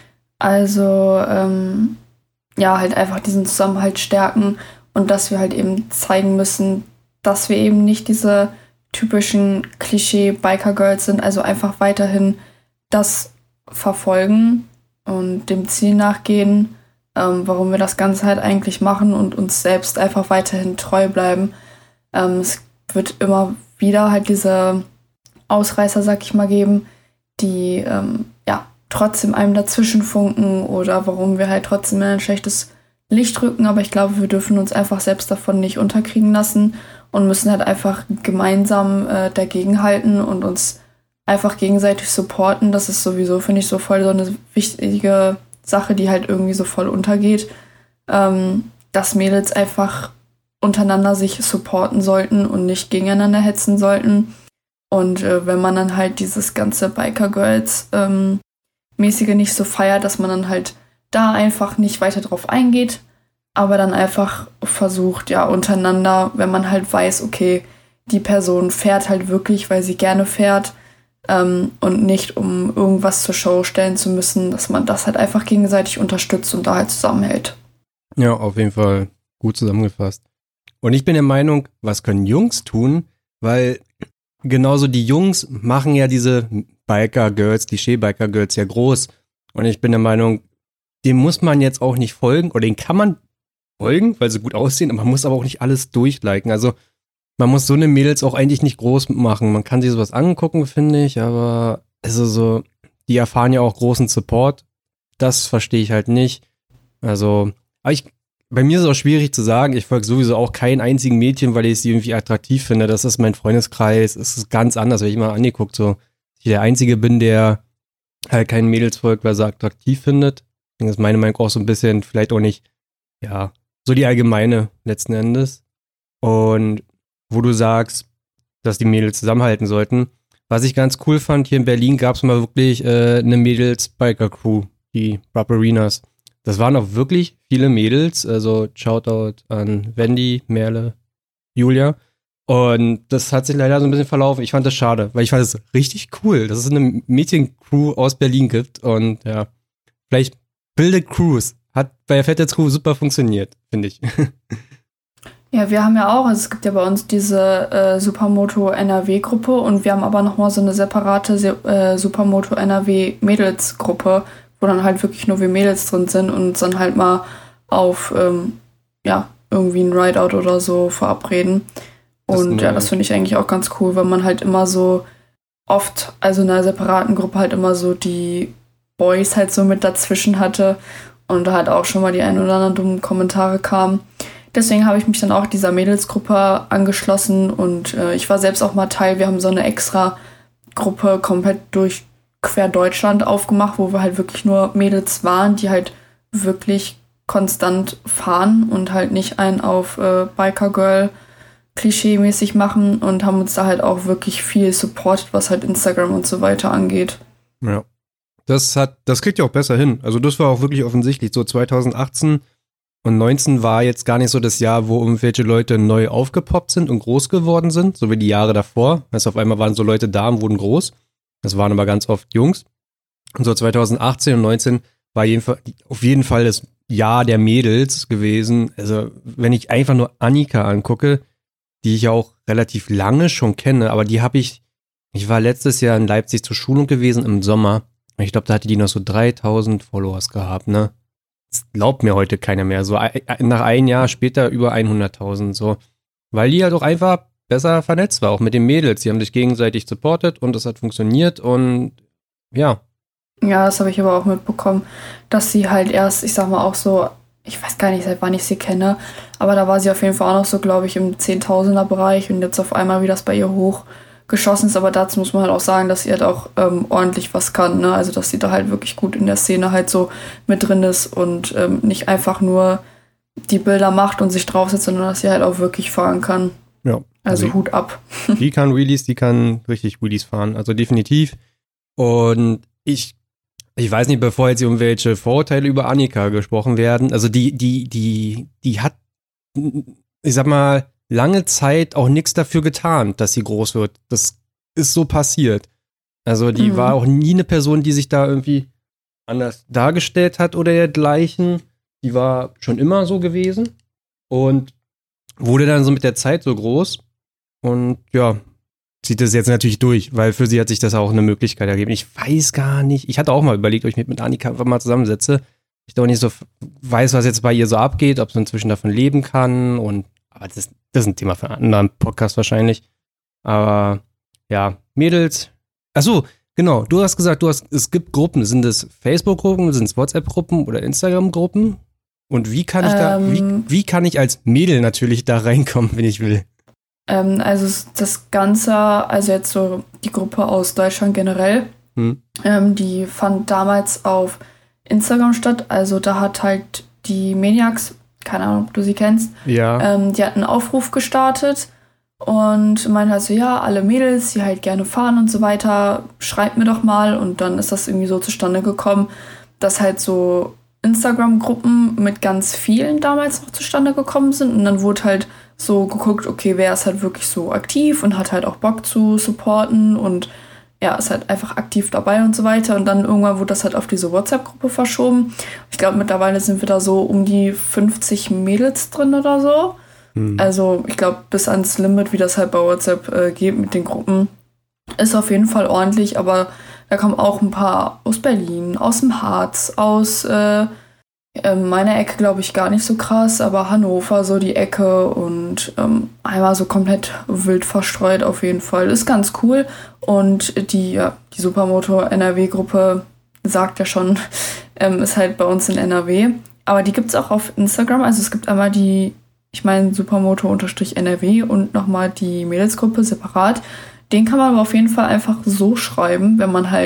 Also, ähm, ja, halt einfach diesen Zusammenhalt stärken und dass wir halt eben zeigen müssen, dass wir eben nicht diese typischen Klischee-Biker-Girls sind, also einfach weiterhin das verfolgen und dem Ziel nachgehen, ähm, warum wir das Ganze halt eigentlich machen und uns selbst einfach weiterhin treu bleiben. Ähm, es wird immer wieder halt diese Ausreißer, sag ich mal, geben, die ähm, ja trotzdem einem dazwischen funken oder warum wir halt trotzdem in ein schlechtes Licht rücken, aber ich glaube, wir dürfen uns einfach selbst davon nicht unterkriegen lassen und müssen halt einfach gemeinsam äh, dagegenhalten und uns einfach gegenseitig supporten. Das ist sowieso, finde ich, so voll so eine wichtige Sache, die halt irgendwie so voll untergeht, ähm, dass Mädels einfach untereinander sich supporten sollten und nicht gegeneinander hetzen sollten. Und äh, wenn man dann halt dieses ganze Biker-Girls ähm, mäßige nicht so feiert, dass man dann halt da einfach nicht weiter drauf eingeht, aber dann einfach versucht, ja, untereinander, wenn man halt weiß, okay, die Person fährt halt wirklich, weil sie gerne fährt ähm, und nicht, um irgendwas zur Show stellen zu müssen, dass man das halt einfach gegenseitig unterstützt und da halt zusammenhält. Ja, auf jeden Fall gut zusammengefasst. Und ich bin der Meinung, was können Jungs tun? Weil genauso die Jungs machen ja diese Biker-Girls, Klischee-Biker-Girls ja groß. Und ich bin der Meinung, dem muss man jetzt auch nicht folgen, oder den kann man folgen, weil sie gut aussehen, aber man muss aber auch nicht alles durchliken. Also man muss so eine Mädels auch eigentlich nicht groß machen. Man kann sich sowas angucken, finde ich, aber also so, die erfahren ja auch großen Support. Das verstehe ich halt nicht. Also, aber ich bei mir ist es auch schwierig zu sagen, ich folge sowieso auch keinen einzigen Mädchen, weil ich sie irgendwie attraktiv finde. Das ist mein Freundeskreis. Es ist ganz anders, wenn ich mal angeguckt, so, ich der Einzige bin, der halt kein Mädelsvolk, was er attraktiv findet. Das ist meine Meinung auch so ein bisschen, vielleicht auch nicht, ja, so die allgemeine letzten Endes. Und wo du sagst, dass die Mädels zusammenhalten sollten. Was ich ganz cool fand, hier in Berlin gab es mal wirklich äh, eine Mädels-Biker-Crew, die Rubberenas. Das waren auch wirklich viele Mädels, also Shoutout an Wendy, Merle, Julia. Und das hat sich leider so ein bisschen verlaufen. Ich fand das schade, weil ich fand es richtig cool, dass es eine Mädchencrew aus Berlin gibt. Und ja, vielleicht bildet Crews. Hat bei der Fat Crew super funktioniert, finde ich. Ja, wir haben ja auch, also es gibt ja bei uns diese äh, Supermoto N R W-Gruppe und wir haben aber nochmal so eine separate äh, Supermoto N R W-Mädels-Gruppe, wo dann halt wirklich nur wir Mädels drin sind und uns dann halt mal auf, ähm, ja, irgendwie ein Rideout oder so verabreden. Und das ja, das finde ich eigentlich auch ganz cool, weil man halt immer so oft, also in einer separaten Gruppe halt immer so die Boys halt so mit dazwischen hatte und da halt auch schon mal die ein oder anderen dummen Kommentare kamen. Deswegen habe ich mich dann auch dieser Mädelsgruppe angeschlossen und äh, ich war selbst auch mal Teil. Wir haben so eine extra Gruppe komplett durch quer Deutschland aufgemacht, wo wir halt wirklich nur Mädels waren, die halt wirklich konstant fahren und halt nicht einen auf äh, Biker-Girl klischee-mäßig machen und haben uns da halt auch wirklich viel supportet, was halt Instagram und so weiter angeht. Ja, das hat, das kriegt ja auch besser hin. Also das war auch wirklich offensichtlich. So zwanzig achtzehn und neunzehn war jetzt gar nicht so das Jahr, wo irgendwelche Leute neu aufgepoppt sind und groß geworden sind, so wie die Jahre davor. Also auf einmal waren so Leute da und wurden groß. Das waren aber ganz oft Jungs. Und so zwanzig achtzehn und neunzehn war jeden Fall, auf jeden Fall das Jahr der Mädels gewesen. Also wenn ich einfach nur Annika angucke, die ich ja auch relativ lange schon kenne, aber die habe ich, ich war letztes Jahr in Leipzig zur Schulung gewesen im Sommer. Ich glaube, da hatte die noch so dreitausend Followers gehabt, ne? Das glaubt mir heute keiner mehr. So nach einem Jahr später über hunderttausend, so. Weil die halt auch einfach besser vernetzt war, auch mit den Mädels. Die haben sich gegenseitig supportet und das hat funktioniert und ja. Ja, das habe ich aber auch mitbekommen, dass sie halt erst, ich sag mal auch so, ich weiß gar nicht, seit wann ich sie kenne, aber da war sie auf jeden Fall auch noch so, glaube ich, im Zehntausender-Bereich und jetzt auf einmal, wie das bei ihr hochgeschossen ist. Aber dazu muss man halt auch sagen, dass sie halt auch ähm, ordentlich was kann, ne? Also, dass sie da halt wirklich gut in der Szene halt so mit drin ist und ähm, nicht einfach nur die Bilder macht und sich draufsetzt, sondern dass sie halt auch wirklich fahren kann. Ja. Also, also Hut ab. Die kann Wheelies, die kann richtig Wheelies fahren, also definitiv. Und ich Ich weiß nicht, bevor jetzt irgendwelche Vorurteile über Annika gesprochen werden. Also die, die, die, die hat, ich sag mal, lange Zeit auch nichts dafür getan, dass sie groß wird. Das ist so passiert. Also die mhm. war auch nie eine Person, die sich da irgendwie anders dargestellt hat oder dergleichen. Die war schon immer so gewesen und wurde dann so mit der Zeit so groß. Und ja, zieht das jetzt natürlich durch, weil für sie hat sich das auch eine Möglichkeit ergeben. Ich weiß gar nicht, ich hatte auch mal überlegt, ob ich mich mit Annika einfach mal zusammensetze. Ich doch nicht so weiß, was jetzt bei ihr so abgeht, ob sie inzwischen davon leben kann und, aber das, das ist ein Thema für einen anderen Podcast wahrscheinlich. Aber ja, Mädels, ach so, genau, du hast gesagt, du hast, es gibt Gruppen, sind es Facebook-Gruppen, sind es WhatsApp-Gruppen oder Instagram-Gruppen? Und wie kann ich da, ähm, wie, wie kann ich als Mädel natürlich da reinkommen, wenn ich will? Ähm, also das Ganze, also jetzt so die Gruppe aus Deutschland generell, hm. ähm, die fand damals auf Instagram statt. Also da hat halt die Maniacs, keine Ahnung, ob du sie kennst, ja. ähm, die hat einen Aufruf gestartet und meinte halt so, ja, alle Mädels, die halt gerne fahren und so weiter, schreibt mir doch mal. Und dann ist das irgendwie so zustande gekommen, dass halt so Instagram-Gruppen mit ganz vielen damals noch zustande gekommen sind. Und dann wurde halt so geguckt, okay, wer ist halt wirklich so aktiv und hat halt auch Bock zu supporten und ja, ist halt einfach aktiv dabei und so weiter. Und dann irgendwann wurde das halt auf diese WhatsApp-Gruppe verschoben. Ich glaube, mittlerweile sind wir da so um die fünfzig Mädels drin oder so. Hm. Also ich glaube, bis ans Limit, wie das halt bei WhatsApp äh, geht mit den Gruppen, ist auf jeden Fall ordentlich. Aber da kommen auch ein paar aus Berlin, aus dem Harz, aus äh, meiner Ecke, glaube ich, gar nicht so krass, aber Hannover, so die Ecke und ähm, einmal so komplett wild verstreut auf jeden Fall. Ist ganz cool. Und die, ja, die Supermoto N R W-Gruppe, sagt ja schon, ähm, ist halt bei uns in N R W. Aber die gibt es auch auf Instagram. Also es gibt einmal die, ich meine, Supermoto-N R W und nochmal die Mädelsgruppe separat. Den kann man aber auf jeden Fall einfach so schreiben, wenn man halt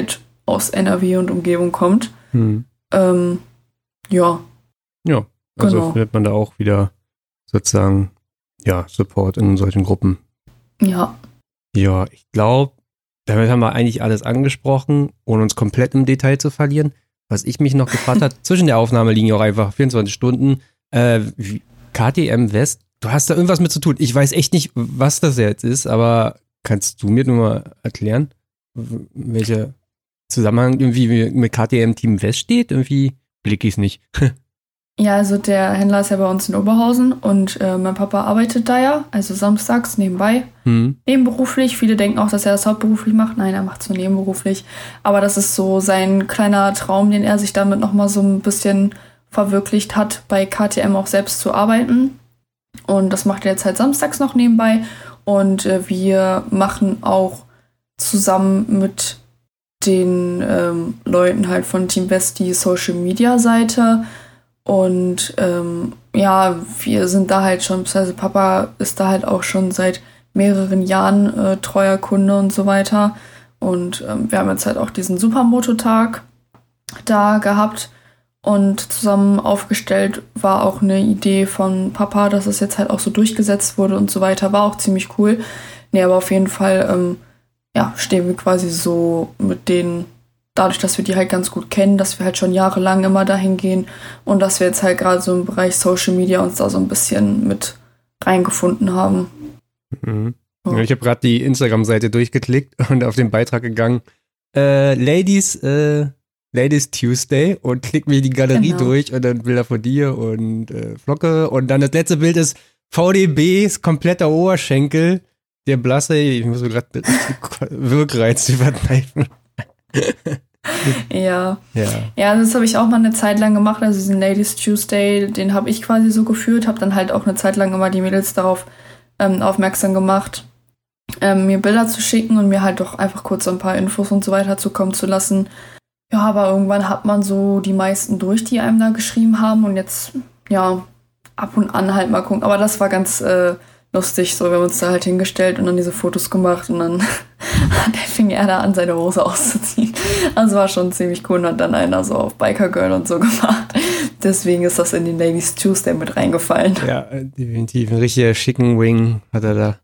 aus N R W und Umgebung kommt. Hm. Ähm, ja. Ja, also Genau. findet man da auch wieder sozusagen, ja, Support in solchen Gruppen. Ja. Ja, ich glaube, damit haben wir eigentlich alles angesprochen, ohne uns komplett im Detail zu verlieren. Was ich mich noch gefragt habe, zwischen der Aufnahme liegen ja auch einfach vierundzwanzig Stunden. Äh, wie- K T M West, du hast da irgendwas mit zu tun. Ich weiß echt nicht, was das jetzt ist, aber kannst du mir nur mal erklären, w- welcher Zusammenhang irgendwie mit K T M Team West steht? Irgendwie blicke ich es nicht. Ja, also der Händler ist ja bei uns in Oberhausen und äh, mein Papa arbeitet da ja, also samstags nebenbei, Hm. nebenberuflich. Viele denken auch, dass er das hauptberuflich macht. Nein, er macht es nur nebenberuflich. Aber das ist so sein kleiner Traum, den er sich damit nochmal so ein bisschen verwirklicht hat, bei K T M auch selbst zu arbeiten. Und das macht er jetzt halt samstags noch nebenbei. Und äh, wir machen auch zusammen mit den ähm, Leuten halt von Team West die Social Media Seite. Und ähm, ja, wir sind da halt schon, also Papa ist da halt auch schon seit mehreren Jahren äh, treuer Kunde und so weiter. Und ähm, wir haben jetzt halt auch diesen Supermoto-Tag da gehabt und zusammen aufgestellt. War auch eine Idee von Papa, dass es jetzt halt auch so durchgesetzt wurde und so weiter. War auch ziemlich cool. Nee, aber auf jeden Fall ähm, ja, stehen wir quasi so mit denen, dadurch, dass wir die halt ganz gut kennen, dass wir halt schon jahrelang immer dahin gehen und dass wir jetzt halt gerade so im Bereich Social Media uns da so ein bisschen mit reingefunden haben. Mhm. Ja. Ja, ich habe gerade die Instagram-Seite durchgeklickt und auf den Beitrag gegangen. Äh, Ladies, äh, Ladies Tuesday und klick mir die Galerie Genau. durch und dann Bilder von dir und äh, Flocke und dann das letzte Bild ist V D Bs kompletter Oberschenkel, der blasse, ich muss mir gerade Wirkreiz übertreiben. Ja. Ja. Ja, das habe ich auch mal eine Zeit lang gemacht, also diesen Ladies Tuesday, den habe ich quasi so geführt, habe dann halt auch eine Zeit lang immer die Mädels darauf ähm, aufmerksam gemacht, ähm, mir Bilder zu schicken und mir halt doch einfach kurz so ein paar Infos und so weiter zukommen zu lassen. Ja, aber irgendwann hat man so die meisten durch, die einem da geschrieben haben und jetzt, ja, ab und an halt mal gucken. Aber das war ganz äh, lustig, so, wir haben uns da halt hingestellt und dann diese Fotos gemacht und dann der fing er da an, seine Hose auszuziehen. Also war schon ziemlich cool und hat dann einer so auf Biker Girl und so gemacht. Deswegen ist das in den Ladies Tuesday mit reingefallen. Ja, äh, definitiv. Ein richtiger Chicken Wing hat er da.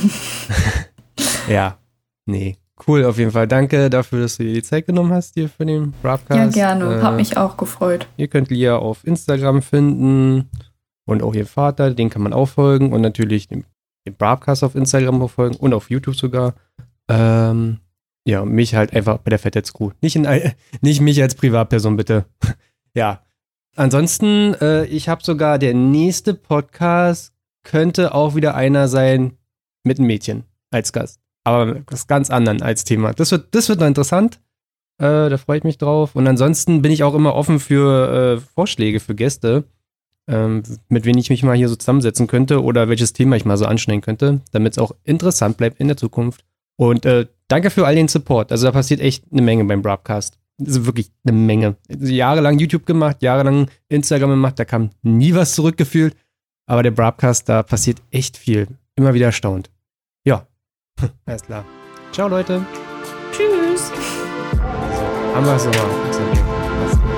Ja, nee. Cool, auf jeden Fall. Danke dafür, dass du dir die Zeit genommen hast hier für den Broadcast. Ja, gerne. Äh, Hat mich auch gefreut. Ihr könnt Lia auf Instagram finden und auch ihr Vater, den kann man auch folgen und natürlich den, den Broadcast auf Instagram auch folgen und auf YouTube sogar. Ähm, ja, und mich halt einfach bei der Fettheads Crew. Nicht, in, nicht mich als Privatperson, bitte. Ja. Ansonsten, äh, ich habe sogar der nächste Podcast könnte auch wieder einer sein mit einem Mädchen als Gast. Aber was ganz anderen als Thema. Das wird, das wird noch interessant. Äh, da freue ich mich drauf. Und ansonsten bin ich auch immer offen für äh, Vorschläge für Gäste, ähm, mit wem ich mich mal hier so zusammensetzen könnte oder welches Thema ich mal so anschneiden könnte, damit es auch interessant bleibt in der Zukunft. Und äh, danke für all den Support. Also da passiert echt eine Menge beim Broadcast. Also wirklich eine Menge. Jahrelang YouTube gemacht, jahrelang Instagram gemacht, da kam nie was zurückgefühlt. Aber der Broadcast, da passiert echt viel. Immer wieder erstaunt. Ja, alles klar. Ciao, Leute. Tschüss. Haben wir es aber.